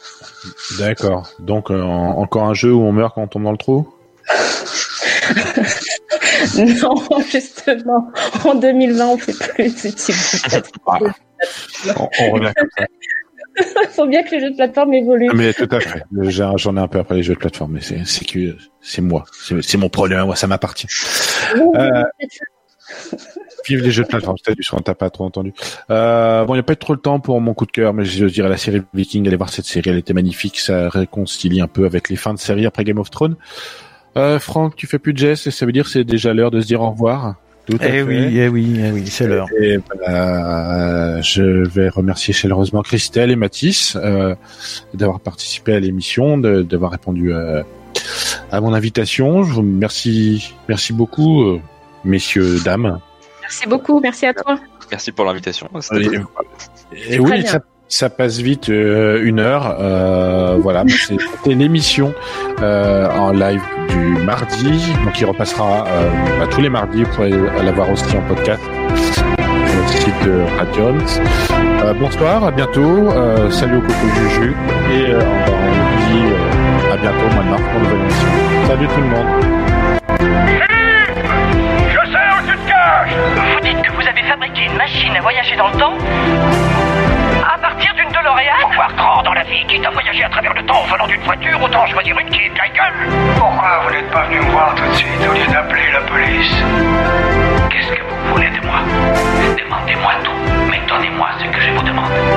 D'accord. Donc euh, en, encore un jeu où on meurt quand on tombe dans le trou.
Non, justement en deux mille vingt on fait plus ce type de plateforme.
on, on revient comme ça.
Il faut bien que les jeux de plateforme évoluent.
Mais tout à fait. J'en ai un peu après les jeux de plateforme, mais c'est, c'est que c'est moi, c'est, c'est mon problème, moi ça m'appartient. Euh, vive les jeux de plateforme, c'est du son, t'as pas trop entendu. Euh, bon, il n'y a pas eu trop le temps pour mon coup de cœur, mais je dirais la série Viking, allez voir cette série, elle était magnifique, ça réconcilie un peu avec les fins de série après Game of Thrones. Euh, Franck, tu fais plus de gestes, ça veut dire que c'est déjà l'heure de se dire au revoir. Tout à
eh
fait.
oui, eh oui, eh oui, c'est l'heure.
Et voilà, je vais remercier chaleureusement Christelle et Mathis euh, d'avoir participé à l'émission, de, d'avoir répondu à, à mon invitation. Je vous remercie, merci beaucoup, euh, messieurs, dames.
Merci beaucoup, merci à toi.
Merci pour l'invitation.
Et, et oui, ça, ça passe vite, euh, une heure. Euh, voilà, c'était l'émission euh, en live du mardi, donc il repassera euh, à tous les mardis. Vous pourrez l'avoir aussi en podcast sur notre site de Radion. Euh, bonsoir, à bientôt. Euh, salut au Coco Juju et euh, on vous dit euh, à bientôt au mois de mars pour une nouvelle émission. Salut tout le monde.
Je sais où tu te caches.
Vous dites que vous avez fabriqué une machine à voyager dans le temps à partir d'une DeLorean?
Pour voir grand dans la vie, quitte à voyager à travers le temps en volant d'une voiture, autant choisir une qui est ta gueule. Pourquoi vous n'êtes pas venu me voir tout de suite au lieu d'appeler la police? Qu'est-ce que vous voulez de moi? Demandez-moi tout, mais donnez-moi ce que je vous demande.